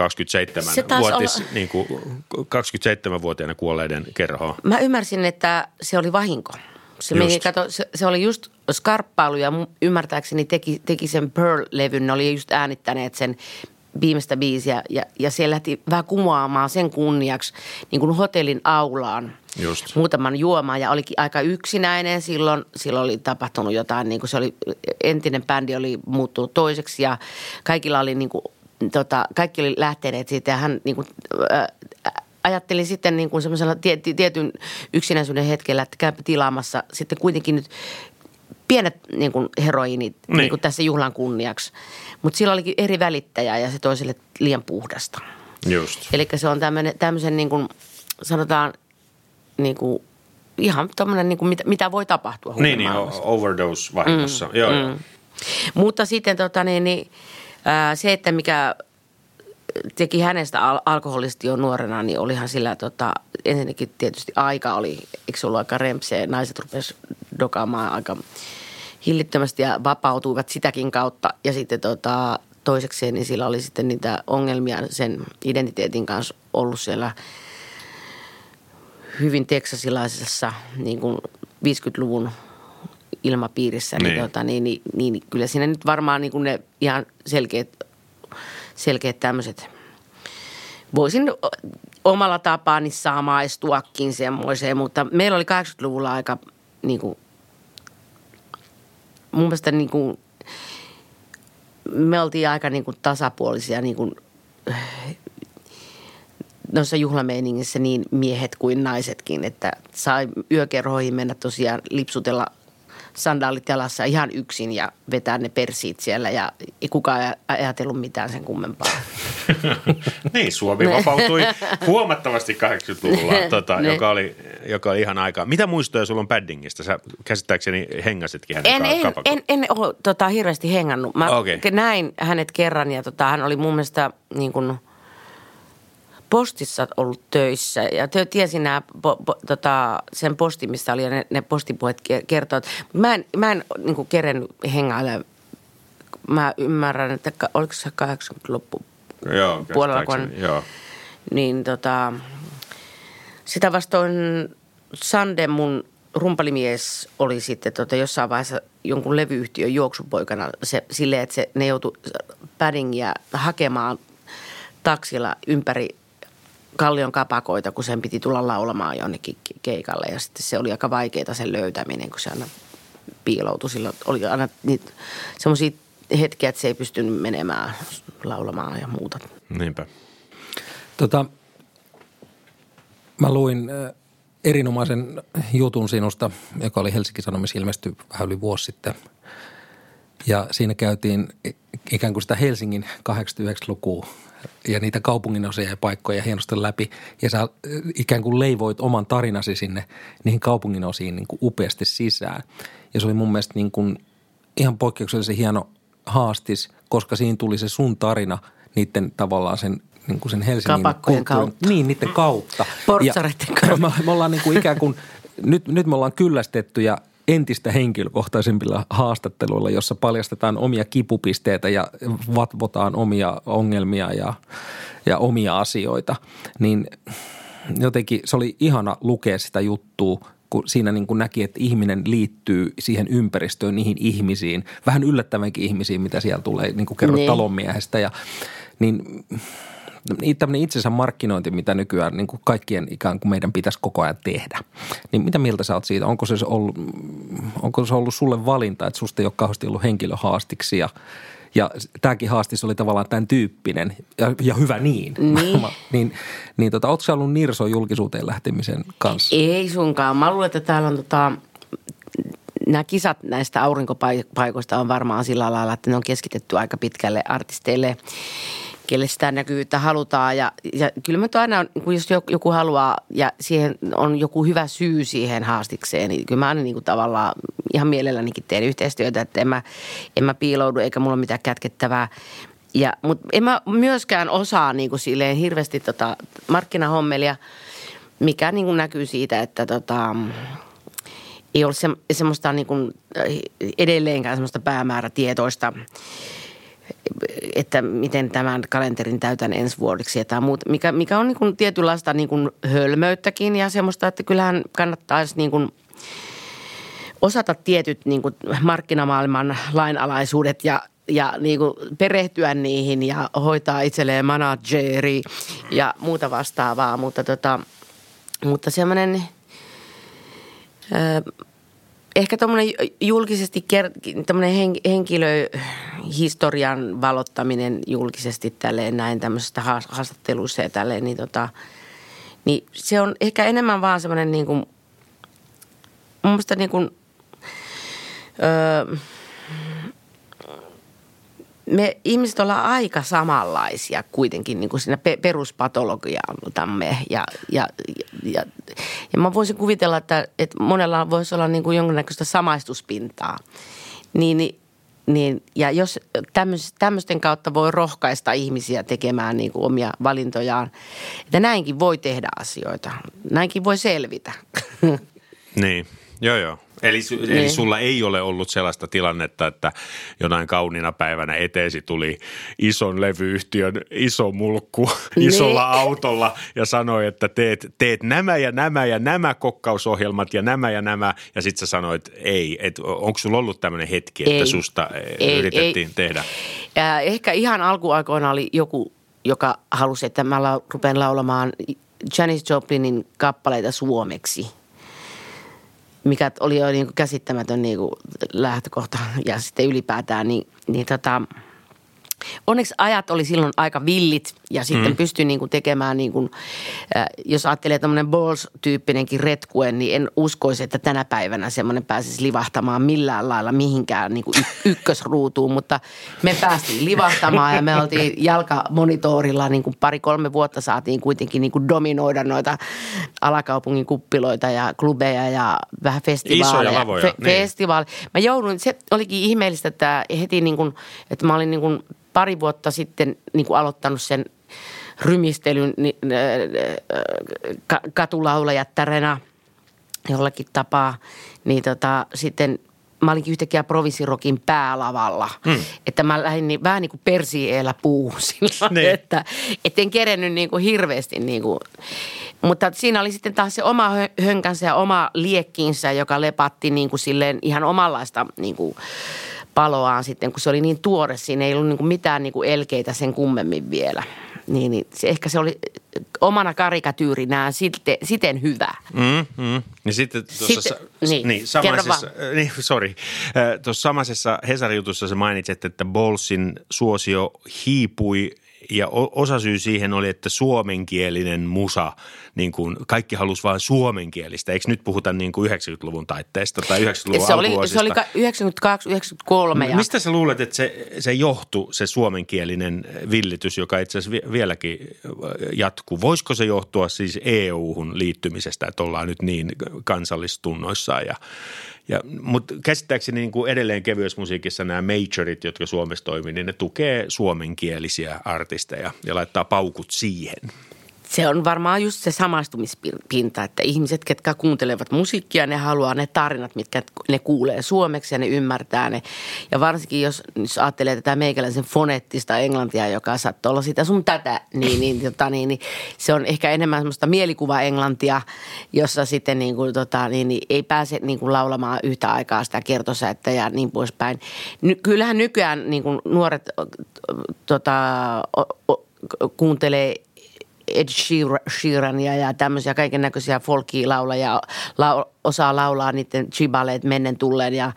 27-vuotiaana kuolleiden kerhoon? Mä ymmärsin, että se oli vahinko. Se oli just skarppailu ja ymmärtääkseni teki sen Pearl-levyn. Ne oli just äänittäneet sen viimeistä biisiä ja siellä lähti vähän kumoamaan sen kunniaksi niin kuin hotellin aulaan. Just. Muutaman juomaan ja olikin aika yksinäinen silloin. Silloin oli tapahtunut jotain, niin kuin se oli, entinen bändi oli muuttunut toiseksi ja kaikilla oli niin kuin, kaikki oli lähteneet siitä ja hän niin kuin, ajattelin sitten niin kuin semmoisella tietyn yksinäisyyden hetkellä, että käypä tilaamassa sitten kuitenkin nyt pienet niin kuin heroinit niin kuin tässä juhlan kunniaksi. Mutta sillä olikin eri välittäjä ja se toiselle liian puhdasta. Just. Eli se on tämmöisen niin kuin sanotaan niin kuin ihan tommoinen niin kuin mitä voi tapahtua. Niin, overdose vahingossa. Joo. Mutta sitten se, että mikä teki hänestä alkoholisti jo nuorena, niin olihan sillä ensinnäkin tietysti aika oli, eikö se ollut aika rempseä, naiset rupesivat dokaamaan aika hillittömästi ja vapautuivat sitäkin kautta. Ja sitten toisekseen, niin sillä oli sitten niitä ongelmia sen identiteetin kanssa ollut siellä hyvin teksasilaisessa niin kuin 50-luvun ilmapiirissä. Niin kyllä siinä nyt varmaan niin kuin ne ihan selkeät tämmöiset, voisin omalla tapaani samaistuakin semmoiseen, mutta meillä oli 80-luvulla aika niin kuin, mun mielestä niin kuin, me oltiin aika niin kuin tasapuolisia niin kuin, noissa juhlameiningissä niin miehet kuin naisetkin, että sai yökerhoihin mennä tosiaan lipsutella sandaalit jalassa ihan yksin ja vetää ne persiit siellä ja ei kukaan ajatellut mitään sen kummempaa. Niin, Suomi vapautui huomattavasti 80-luvulla, joka oli ihan aikaa. Mitä muistoja sulla on Paddingista? Sä käsittääkseni hengäsitkin hänen kapakon. En ole hirveästi hengannut. Mä näin hänet kerran ja hän oli mun mielestä niin kuin postissa ollut töissä ja tiesin sen postin, missä oli ne postipuheet kertovat. Mä en niin kuin kerennyt hengailla. Mä ymmärrän, että oliko se 80-loppupuolella, niin sitä vastoin Sande, mun rumpalimies, oli sitten jossain vaiheessa jonkun levyyhtiön juoksupoikana silleen, että ne joutui Paddingia hakemaan taksilla ympäri Kallion kapakoita, kun sen piti tulla laulamaan jonnekin keikalle. Ja sitten se oli aika vaikeaa sen löytäminen, kun se aina piiloutui. Silloin oli aina niitä semmoisia hetkiä, että se ei pystynyt menemään laulamaan ja muuta. Niinpä. Mä luin erinomaisen jutun sinusta, joka oli Helsingin Sanomissa ilmestyi vähän yli vuosi sitten. Ja siinä käytiin ikään kuin sitä Helsingin 89-lukua ja niitä kaupunginosia ja paikkoja hienosti läpi. Ja sä ikään kuin leivoit oman tarinasi sinne niihin kaupunginosiin niin kuin upeasti sisään. Ja se oli mun mielestä niin kuin ihan poikkeuksellisen hieno haastis, koska siinä tuli se sun tarina niiden tavallaan sen niin kuin sen Helsingin kapakkojen kautta. Niin, niiden kautta. Portsareiden kautta. Me ollaan niin kuin ikään kuin, nyt me ollaan kyllästetty ja entistä henkilökohtaisemmilla haastatteluilla, jossa paljastetaan omia kipupisteitä ja vatvotaan omia ongelmia ja omia asioita. Niin jotenkin se oli ihana lukea sitä juttua, kun siinä niin kuin näki, että ihminen liittyy siihen ympäristöön, niihin ihmisiin, vähän yllättävänkin ihmisiin, mitä siellä tulee, niin kuin kerrot talonmiehestä ja niin tämmöinen itsensä markkinointi, mitä nykyään niin kuin kaikkien ikään kuin meidän pitäisi koko ajan tehdä. Niin mitä mieltä sä oot siitä? Onko se ollut sulle valinta, että susta ei ole kauheasti ollut henkilöhaastiksi ja tämäkin haastis oli tavallaan tämän tyyppinen ja hyvä niin. Ootko sä ollut nirso julkisuuteen lähtemisen kanssa? Ei sunkaan. Mä luulen, että täällä on nämä kisat näistä aurinkopaikoista on varmaan sillä lailla, että ne on keskitetty aika pitkälle artisteille, kelle sitä näkyvyyttä halutaan. Ja kyllä mä aina, kun jos joku haluaa ja siihen on joku hyvä syy siihen haastikseen, niin kyllä mä aina niin kuin tavallaan ihan mielellänikin teen yhteistyötä, että en mä piiloudu eikä mulla ole mitään kätkettävää. Mutta en mä myöskään osaa niin kuin silleen hirveästi markkinahommelia, mikä niin kuin näkyy siitä, että ei ole semmoista niin kuin edelleenkään semmoista päämäärätietoista, että miten tämän kalenterin täytän ensi vuodeksi ja muuta, mikä on niin kuin tietynlaista niin kuin hölmöyttäkin ja semmoista, että kyllähän kannattaisi niin kuin osata tietyt niin kuin markkinamaailman lainalaisuudet ja niin kuin perehtyä niihin ja hoitaa itselleen manageri ja muuta vastaavaa, mutta semmoinen ehkä tuommoinen julkisesti, tämmöinen henkilöhistorian valottaminen julkisesti tälleen näin tämmöisestä haastatteluissa ja tälleen, niin se on ehkä enemmän vaan semmoinen niin kuin, mun mielestä niin kuin, me ihmiset ollaan aika samanlaisia kuitenkin niin kuin siinä peruspatologialtamme ja mä voisin kuvitella, että monella voisi olla niin kuin jonkinnäköistä samaistuspintaa. Niin, ja jos tämmöisten kautta voi rohkaista ihmisiä tekemään niin kuin omia valintojaan, että näinkin voi tehdä asioita, näinkin voi selvitä. Niin, joo. Eli sulla ei ole ollut sellaista tilannetta, että jonain kauniina päivänä eteesi tuli ison levyyhtiön iso mulkku isolla autolla ja sanoi, että teet nämä ja nämä ja nämä kokkausohjelmat ja nämä ja sitten sä sanoit ei. Onko sulla ollut tämmöinen hetki, että susta yritettiin tehdä? Ehkä ihan alkuaikoina oli joku, joka halusi, että mä rupean laulamaan Janis Joplinin kappaleita suomeksi. Mikä oli jo niin kuin käsittämätön niin kuin lähtökohta ja sitten ylipäätään, onneksi ajat oli silloin aika villit ja sitten pystyi niin kuin tekemään, niin kuin, jos ajattelee tämmöinen Balls-tyyppinenkin retkue, niin en uskoisi, että tänä päivänä semmoinen pääsisi livahtamaan millään lailla mihinkään niin kuin ykkösruutuun, mutta me päästiin livahtamaan ja me oltiin jalkamonitorilla niin kuin 2-3 vuotta saatiin kuitenkin niin kuin dominoida noita alakaupungin kuppiloita ja klubeja ja vähän festivaaleja. Isoja lavoja. Mä joudun, se olikin ihmeellistä, että heti niin kuin, että mä olin niin kuin 2 vuotta sitten niin kuin aloittanut sen rymistelyn katulaulajattärena jollakin tapaa, niin sitten mä olinkin yhtäkkiä Provinssirokin päälavalla. Että mä lähdin vähän niin kuin persieellä puuhun sillä, niin. että en kerennyt niin kuin hirveästi niin kuin. Mutta siinä oli sitten taas se oma hönkänsä ja oma liekkinsä, joka lepatti niin kuin silleen ihan omanlaista niin kuin paloaan sitten, kun se oli niin tuore. Siinä ei ollut niin kuin mitään niin kuin elkeitä sen kummemmin vielä. Niin ehkä se oli omana karikatyyrinään siten hyvä. Ja sitten tuossa tuossa samaisessa Hesari-jutussa sä mainitsit, että Ballsin suosio hiipui Ja osasyy siihen oli, että suomenkielinen musa, niin kuin kaikki halusi vain suomenkielistä. Eikö nyt puhuta niin kuin 90-luvun taitteesta tai 90-luvun alkuvuosista? Se oli 92, 93. Mistä sä luulet, että se johtui, se suomenkielinen villitys, joka itse asiassa vieläkin jatkuu? Voisiko se johtua siis EU-hun liittymisestä, että ollaan nyt niin kansallistunnoissaan mutta käsittääkseni niin kuin edelleen kevyessä musiikissa nämä majorit, jotka Suomessa toimii, niin ne tukee suomenkielisiä artisteja ja laittaa paukut siihen. Se on varmaan just se samaistumispinta, että ihmiset, ketkä kuuntelevat musiikkia, ne haluaa ne tarinat, mitkä ne kuulee suomeksi ja ne ymmärtää ne. Ja varsinkin jos ajattelee tätä meikäläisen foneettista englantia, joka saattaa olla sitä sun tätä, niin se on ehkä enemmän semmoista mielikuva-englantia, jossa sitten ei pääse laulamaan yhtä aikaa sitä kertosäettä ja niin poispäin. Kyllähän nykyään nuoret kuuntelee Ed Sheerania ja tämmöisiä kaiken näköisiä folkia laulajia, osaa laulaa niiden chibaleet mennen tulleen ja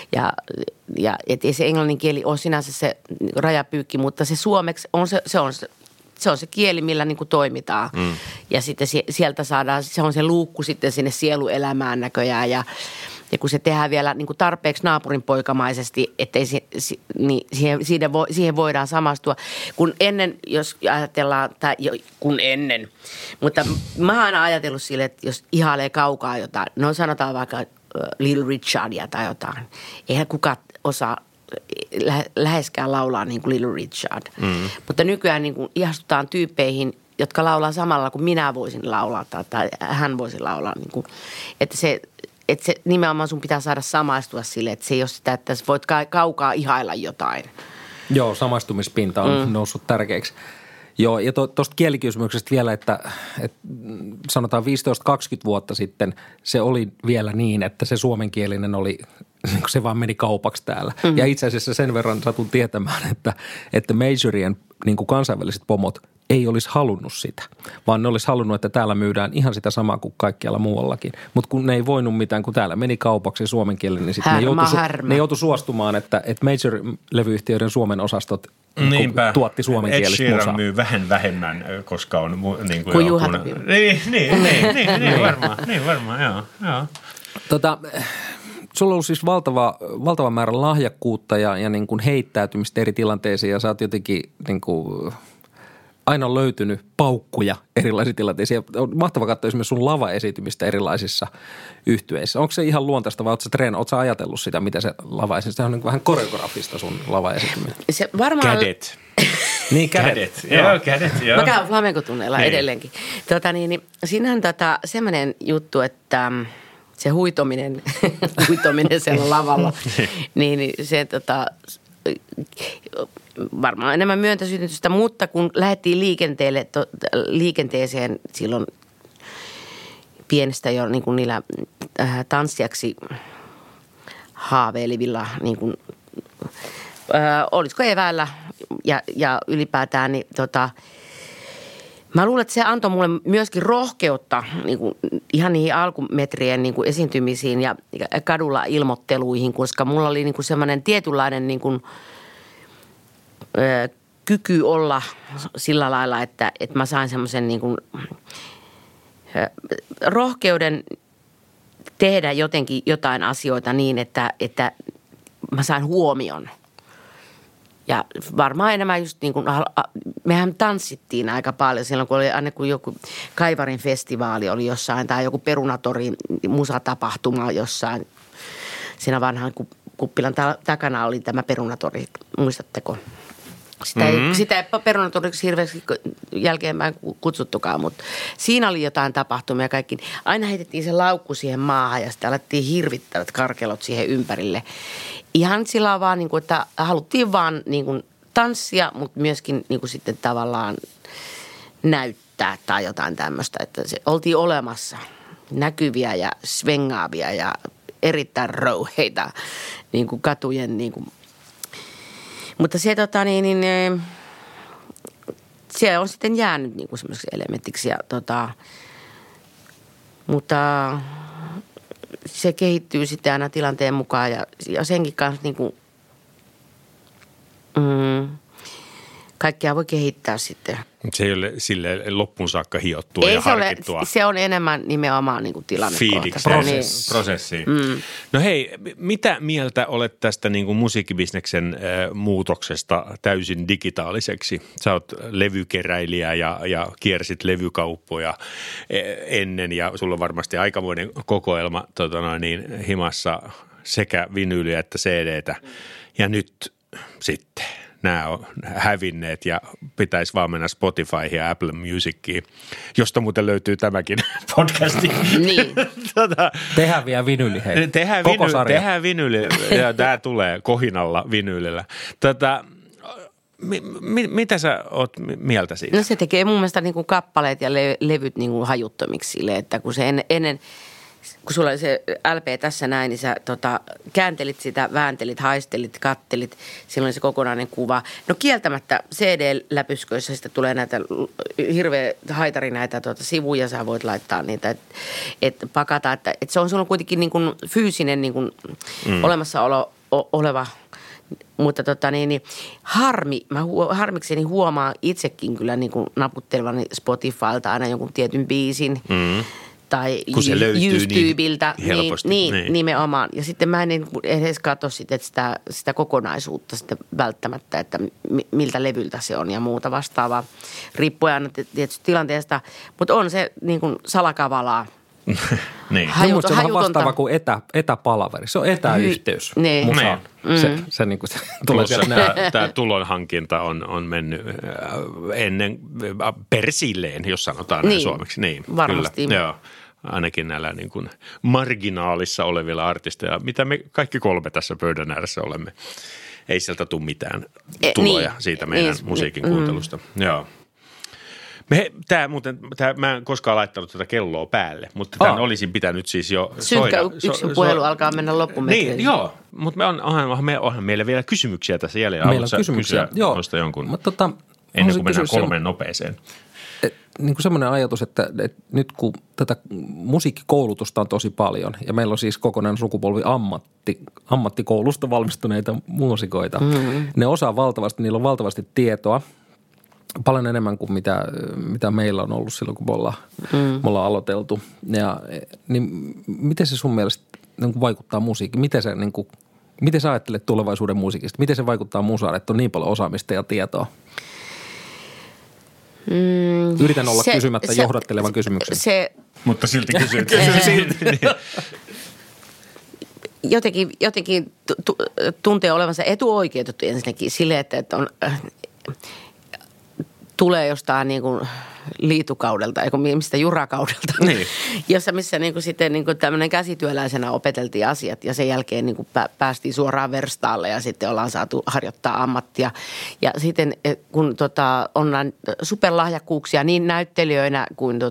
ei se englannin kieli ole sinänsä se rajapyykki, mutta se suomeksi se on se kieli, millä niin kuin toimitaan. Ja sitten sieltä saadaan, se on se luukku sitten sinne sieluelämään näköjään ja kun se tehdään vielä niin kuin tarpeeksi naapurinpoikamaisesti, ettei siihen voidaan samastua. Kun ennen, jos ajatellaan, mutta mä oon aina ajatellut sille, että jos ihailee kaukaa jotain, no sanotaan vaikka Little Richardia tai jotain, eihän kukaan osaa läheskään laulaa niin kuin Little Richard. Mutta nykyään niin kuin ihastutaan tyyppeihin, jotka laulaa samalla kuin minä voisin laulaa tai hän voisi laulaa. Niin kuin, että se nimenomaan sun pitää saada samaistua sille, että se ei ole sitä, että sä voit kaukaa ihailla jotain. Joo, samaistumispinta on noussut tärkeäksi. Joo, ja tuosta kielikysymyksestä vielä, että sanotaan 15-20 vuotta sitten se oli vielä niin, että se suomenkielinen oli, se vaan meni kaupaksi täällä. Ja itse asiassa sen verran satun tietämään, että majorien niin kuin kansainväliset pomot ei olisi halunnut sitä, vaan ne olisi halunnut, että täällä myydään ihan sitä samaa kuin kaikkialla muuallakin. Mutta kun ne ei voinut mitään, kun täällä meni kaupaksi suomenkielinen, niin sitten ne joutui suostumaan, että major-levyyhtiöiden Suomen osastot tuotti suomenkielistä musaa. Ed Sheeran myy vähemmän, koska on niin kuin kuin Juha Niin, varmaan, joo. Sulla on ollut siis valtava määrä lahjakkuutta ja niin kuin heittäytymistä eri tilanteisiin ja sä oot jotenkin niin kuin aina löytynyt paukkuja erilaisiin tilanteisiin. On mahtava katsoa esimerkiksi sun lavaesitymistä erilaisissa yhtyeissä. Onko se ihan luontaista vai ootko sä ajatellut sitä, mitä se lavaesitys? Se on niin vähän koreografista sun lavaesityminen. Se varmaan... Kädet. Niin, kädet. Joo, kädet, joo. Mä käyn flamenkotunneilla edelleenkin. Siinähän semmoinen juttu, että se huitominen siellä lavalla, niin se varmaan enemmän myöntäisyytystä, mutta kun lähdettiin liikenteeseen silloin pienestä jo niin kuin niillä tanssijaksi haaveilivilla, niin kuin, olisiko eväällä ja ylipäätään, niin mä luulen, että se antoi mulle myöskin rohkeutta niin kuin, ihan niihin alkumetrien niin kuin esiintymisiin ja kadulla ilmoitteluihin, koska mulla oli niin kuin semmoinen tietynlainen niin kuin, kyky olla sillä lailla, että mä sain semmoisen niin kuin, rohkeuden tehdä jotenkin jotain asioita niin, että mä sain huomion. Ja varmaan enemmän just niin kuin, mehän tanssittiin aika paljon silloin, kun oli aina kun joku Kaivarin festivaali oli jossain tai joku Perunatori musatapahtuma jossain. Siinä vanhan kuppilan takana oli tämä Perunatori, muistatteko? Sitä ei Perunatoriksi hirveästi jälkeenpäin kutsuttukaan, mutta siinä oli jotain tapahtumia ja kaikki. Aina heitettiin se laukku siihen maahan ja sitten alettiin hirvittävät karkelot siihen ympärille. Ihan sillä vaan, niin kuin, että haluttiin vaan niin kuin, tanssia, mutta myöskin niin kuin, sitten tavallaan näyttää tai jotain tämmöistä. Että se oltiin olemassa näkyviä ja svengaavia ja erittäin rouheita niin kuin katujen niin kuin. Mutta se, se on sitten jäänyt niin kuin semmoiseksi elementiksi. Mutta se kehittyy sitten aina tilanteen mukaan ja senkin kanssa niin kuin, kaikkea voi kehittää sitten. Se ei ole sille loppuun saakka hiottua ei ja harkittua. Se on enemmän nimenomaan niin kuin prosessi. No hei, mitä mieltä olet tästä niin kuin musiikkibisneksen muutoksesta täysin digitaaliseksi? Sä oot levykeräilijä ja kiersit levykauppoja ennen ja sulla on varmasti aikamoinen kokoelma himassa sekä vinyyliä että CDtä. Ja nyt sitten nämä on hävinneet ja pitäisi vaan mennä Spotifyhin ja Apple Musiciin, josta muuten löytyy tämäkin podcasti. Niin. Tehdään vielä vinyyli, hei. Tehdään vinyyli ja tämä tulee kohinalla vinyylillä. Mitä sä oot mieltä siitä? No se tekee mun mielestä niin kuin kappaleet ja levyt niin kuin hajuttomiksi sille, että kun se ennen kun sulla oli se LP tässä näin, niin sä kääntelit sitä, vääntelit, haistelit, kattelit. Silloin se kokonainen kuva. No kieltämättä CD-läpysköissä sitten tulee näitä hirveä haitari näitä sivuja. Sä voit laittaa niitä, että pakata. Että se on kuitenkin niin kuin fyysinen niin kuin olemassaolo oleva. Mutta harmikseni huomaa itsekin kyllä niin kuin naputtelevani Spotifylta aina jonkun tietyn biisin. Tai YouTubeilta, niin nimenomaan. Ja sitten mä en edes katso sitä kokonaisuutta sitten välttämättä, että miltä levyltä se on ja muuta vastaavaa. Riippuen aina tietysti tilanteesta, mutta on se niin kuin salakavalaa. Niin. Se on vastaava kuin etäpalaveri. Se on etäyhteys musaan. Se niin kuin se tulee tämä tulonhankinta on mennyt ennen persilleen, jos sanotaan näin suomeksi. Niin, varmasti. Kyllä. Joo. Ainakin näillä niin kuin marginaalissa olevilla artisteilla, mitä me kaikki kolme tässä pöydän ääressä olemme. Ei sieltä tule mitään tuloja siitä meidän musiikin kuuntelusta. Joo. Mä en koskaan laittanut tätä kelloa päälle, mutta tämän olisin pitänyt siis jo soida. Yksi puhelu alkaa mennä loppumetreille. Niin, joo. Mutta onhan meillä vielä kysymyksiä tässä jäljellä. Meillä on kysymyksiä, joo. Jonkun, ennen kuin mennään 3 nopeeseen. Niin kuin semmoinen ajatus, että nyt kun tätä musiikkikoulutusta on tosi paljon ja meillä on siis kokonainen sukupolvi ammattikoulusta valmistuneita muusikoita. Ne osaa valtavasti, niillä on valtavasti tietoa. Paljon enemmän kuin mitä meillä on ollut silloin, kun me ollaan aloiteltu. Niin miten se sun mielestä niin kuin vaikuttaa musiikkiin? Miten sä ajattelet tulevaisuuden musiikista? Miten se vaikuttaa musaan, että on niin paljon osaamista ja tietoa? Yritän olla kysymättä johdattelevan kysymyksen. Mutta silti kysyn. Jotenkin tuntee olevansa etuoikeutettu ensinnäkin sille, että on tulee jostain niin kuin liitukaudelta, eikö mistä jurakaudelta, niin. missä niin kuin sitten niin kuin tämmöinen käsityöläisenä opeteltiin asiat ja sen jälkeen niin kuin päästiin suoraan verstaalle ja sitten ollaan saatu harjoittaa ammattia. Ja sitten kun on superlahjakkuuksia niin näyttelijöinä kuin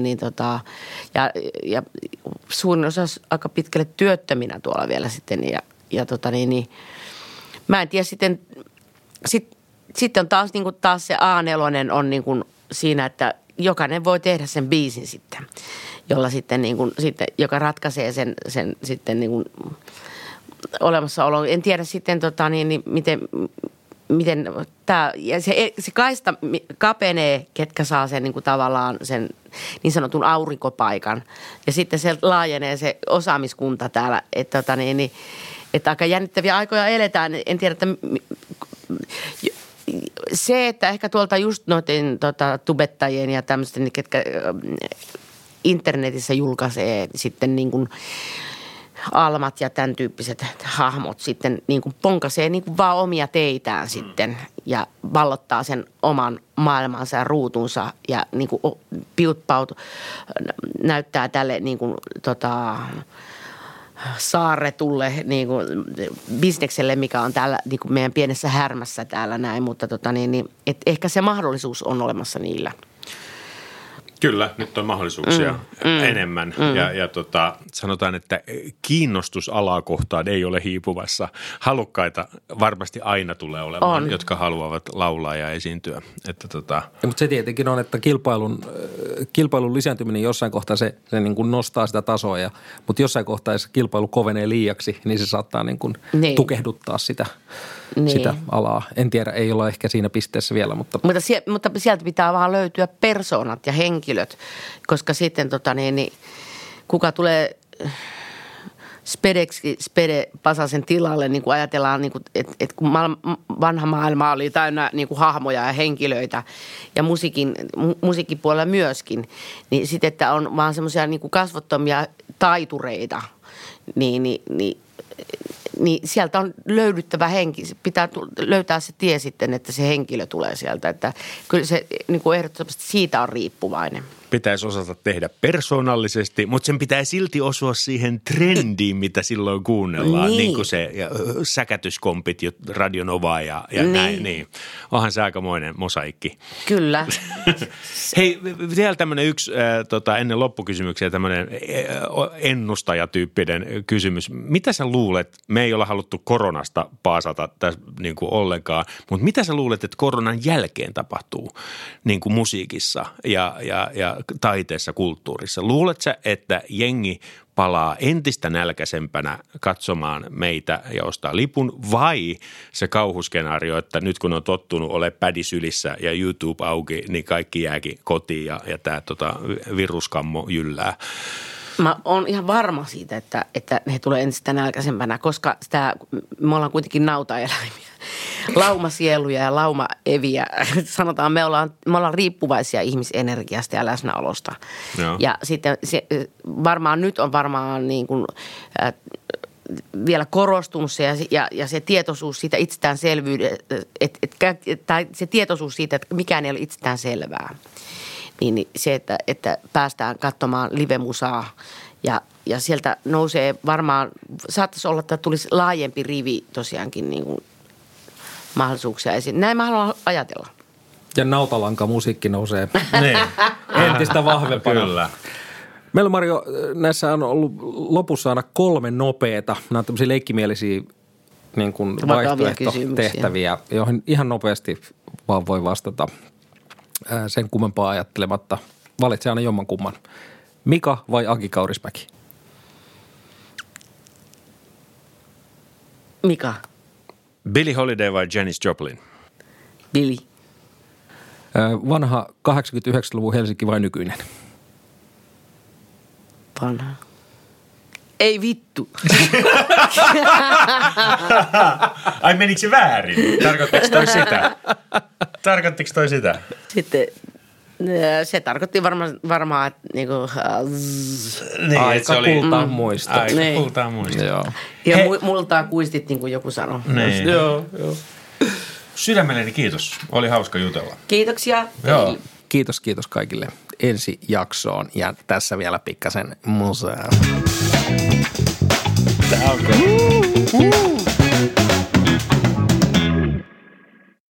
ja suurin osa aika pitkälle työttöminä tuolla vielä sitten ja mä en tiedä sitten on taas, niin kuin taas se A4 on niin kuin siinä, että jokainen voi tehdä sen biisin sitten, jolla sitten, niin kuin, joka ratkaisee sen sitten niin kuin olemassaolon. En tiedä sitten miten tämä, ja se kaista kapenee, ketkä saa sen niin kuin tavallaan sen niin sanotun aurinkopaikan. Ja sitten se laajenee se osaamiskunta täällä, että aika jännittäviä aikoja eletään. En tiedä, että se, että ehkä tuolta just noiden tubettajien ja tämmöisten, ketkä internetissä julkaisee sitten niin kuin Almat ja tämän tyyppiset hahmot sitten niin kuin ponkasee niin kuin vaan omia teitään sitten ja vallottaa sen oman maailmansa ja ruutunsa ja niin kuin piutpaut näyttää tälle niin kuin saarretulle niin kuin bisnekselle, mikä on täällä niin kuin meidän pienessä härmässä täällä näin, mutta että ehkä se mahdollisuus on olemassa niillä. Kyllä, nyt on mahdollisuuksia enemmän ja sanotaan, että kiinnostus alaa kohtaan ei ole hiipuvassa. Halukkaita varmasti aina tulee olemaan, jotka haluavat laulaa ja esiintyä. Mutta se tietenkin on, että kilpailun lisääntyminen jossain kohtaa se niin kuin nostaa sitä tasoa, mutta jossain kohtaa, jos kilpailu kovenee liiaksi, niin se saattaa niin kuin tukehduttaa sitä alaa. En tiedä, ei olla ehkä siinä pisteessä vielä, mutta sieltä pitää vaan löytyä persoonat ja henkilöt, koska sitten kuka tulee Spede Pasasen tilalle, niin kuin ajatellaan, niin että kun vanha maailma oli täynnä niin kuin hahmoja ja henkilöitä ja musiikkipuolella myöskin, niin sitten, että on vaan semmoisia niin kuin kasvottomia taitureita, niin sieltä on löydyttävä pitää löytää se tie sitten, että se henkilö tulee sieltä, että kyllä se niin kuin ehdottomasti siitä on riippuvainen. Pitäisi osata tehdä persoonallisesti, mutta sen pitää silti osua siihen trendiin, mitä silloin kuunnellaan. Niin kuin se säkätyskompit, Radio Nova ja näin. Niin. Onhan se aikamoinen mosaikki. Kyllä. Hei, vielä tämmöinen yksi ennen loppukysymyksiä tämmöinen ennustajatyyppinen kysymys. Mitä sä luulet, me ei olla haluttu koronasta paasata tässä niin kuin ollenkaan, mutta mitä sä luulet, että koronan jälkeen tapahtuu niin kuin musiikissa ja taiteessa, kulttuurissa? Luulet sä, että jengi palaa entistä nälkäisempänä katsomaan meitä ja ostaa lipun, vai se kauhuskenaario, että nyt kun on tottunut ole pädi sylissä ja YouTube auki, niin kaikki jääkin kotiin ja tämä viruskammo jyllää? Mä oon ihan varma siitä, että he tulee entistä nälkäisempänä, koska me ollaan kuitenkin nautaeläimiä, laumasieluja ja laumaeviä. Sanotaan, me ollaan riippuvaisia ihmisenergiasta ja läsnäolosta. Joo. Ja sitten varmaan nyt on niin kuin, vielä korostunut se ja se tietoisuus siitä itsestäänselvyydestä, tai se tietoisuus siitä, että mikään ei ole itsestäänselvää. Niin se, että päästään katsomaan live-musaa ja sieltä nousee varmaan, saattaisi olla, että tulisi laajempi rivi tosiaankin niin kuin mahdollisuuksia esiin. Näin mä haluan ajatella. Ja nautalankamusiikki nousee entistä vahvempana. Kyllä. Meillä, Mario, näissä on ollut lopussa aina 3 nopeata. Nämä on tämmöisiä leikkimielisiä niin kuin vaihtoehtotehtäviä, joihin ihan nopeasti vaan voi vastata sen kummempaa ajattelematta. Valitse aina jommankumman. Mika vai Aki Kaurismäki? Mika. Billie Holiday vai Janis Joplin? Billie. Vanha 89-luvun Helsinki vai nykyinen? Vanha. Ei vittu. Ai menikö se väärin? Tarkoittiko toi sitä? Sitten se tarkoitti varmaan että niinku aika kultaa muista. Aika kultaa muista. Joo. Ja multaa kuistit, niin kuin joku sanoi. Niin. Joo. Sydämelleni kiitos. Oli hauska jutella. Kiitoksia. Joo. Kiitos kaikille ensi jaksoon. Ja tässä vielä pikkasen musaa. Tää on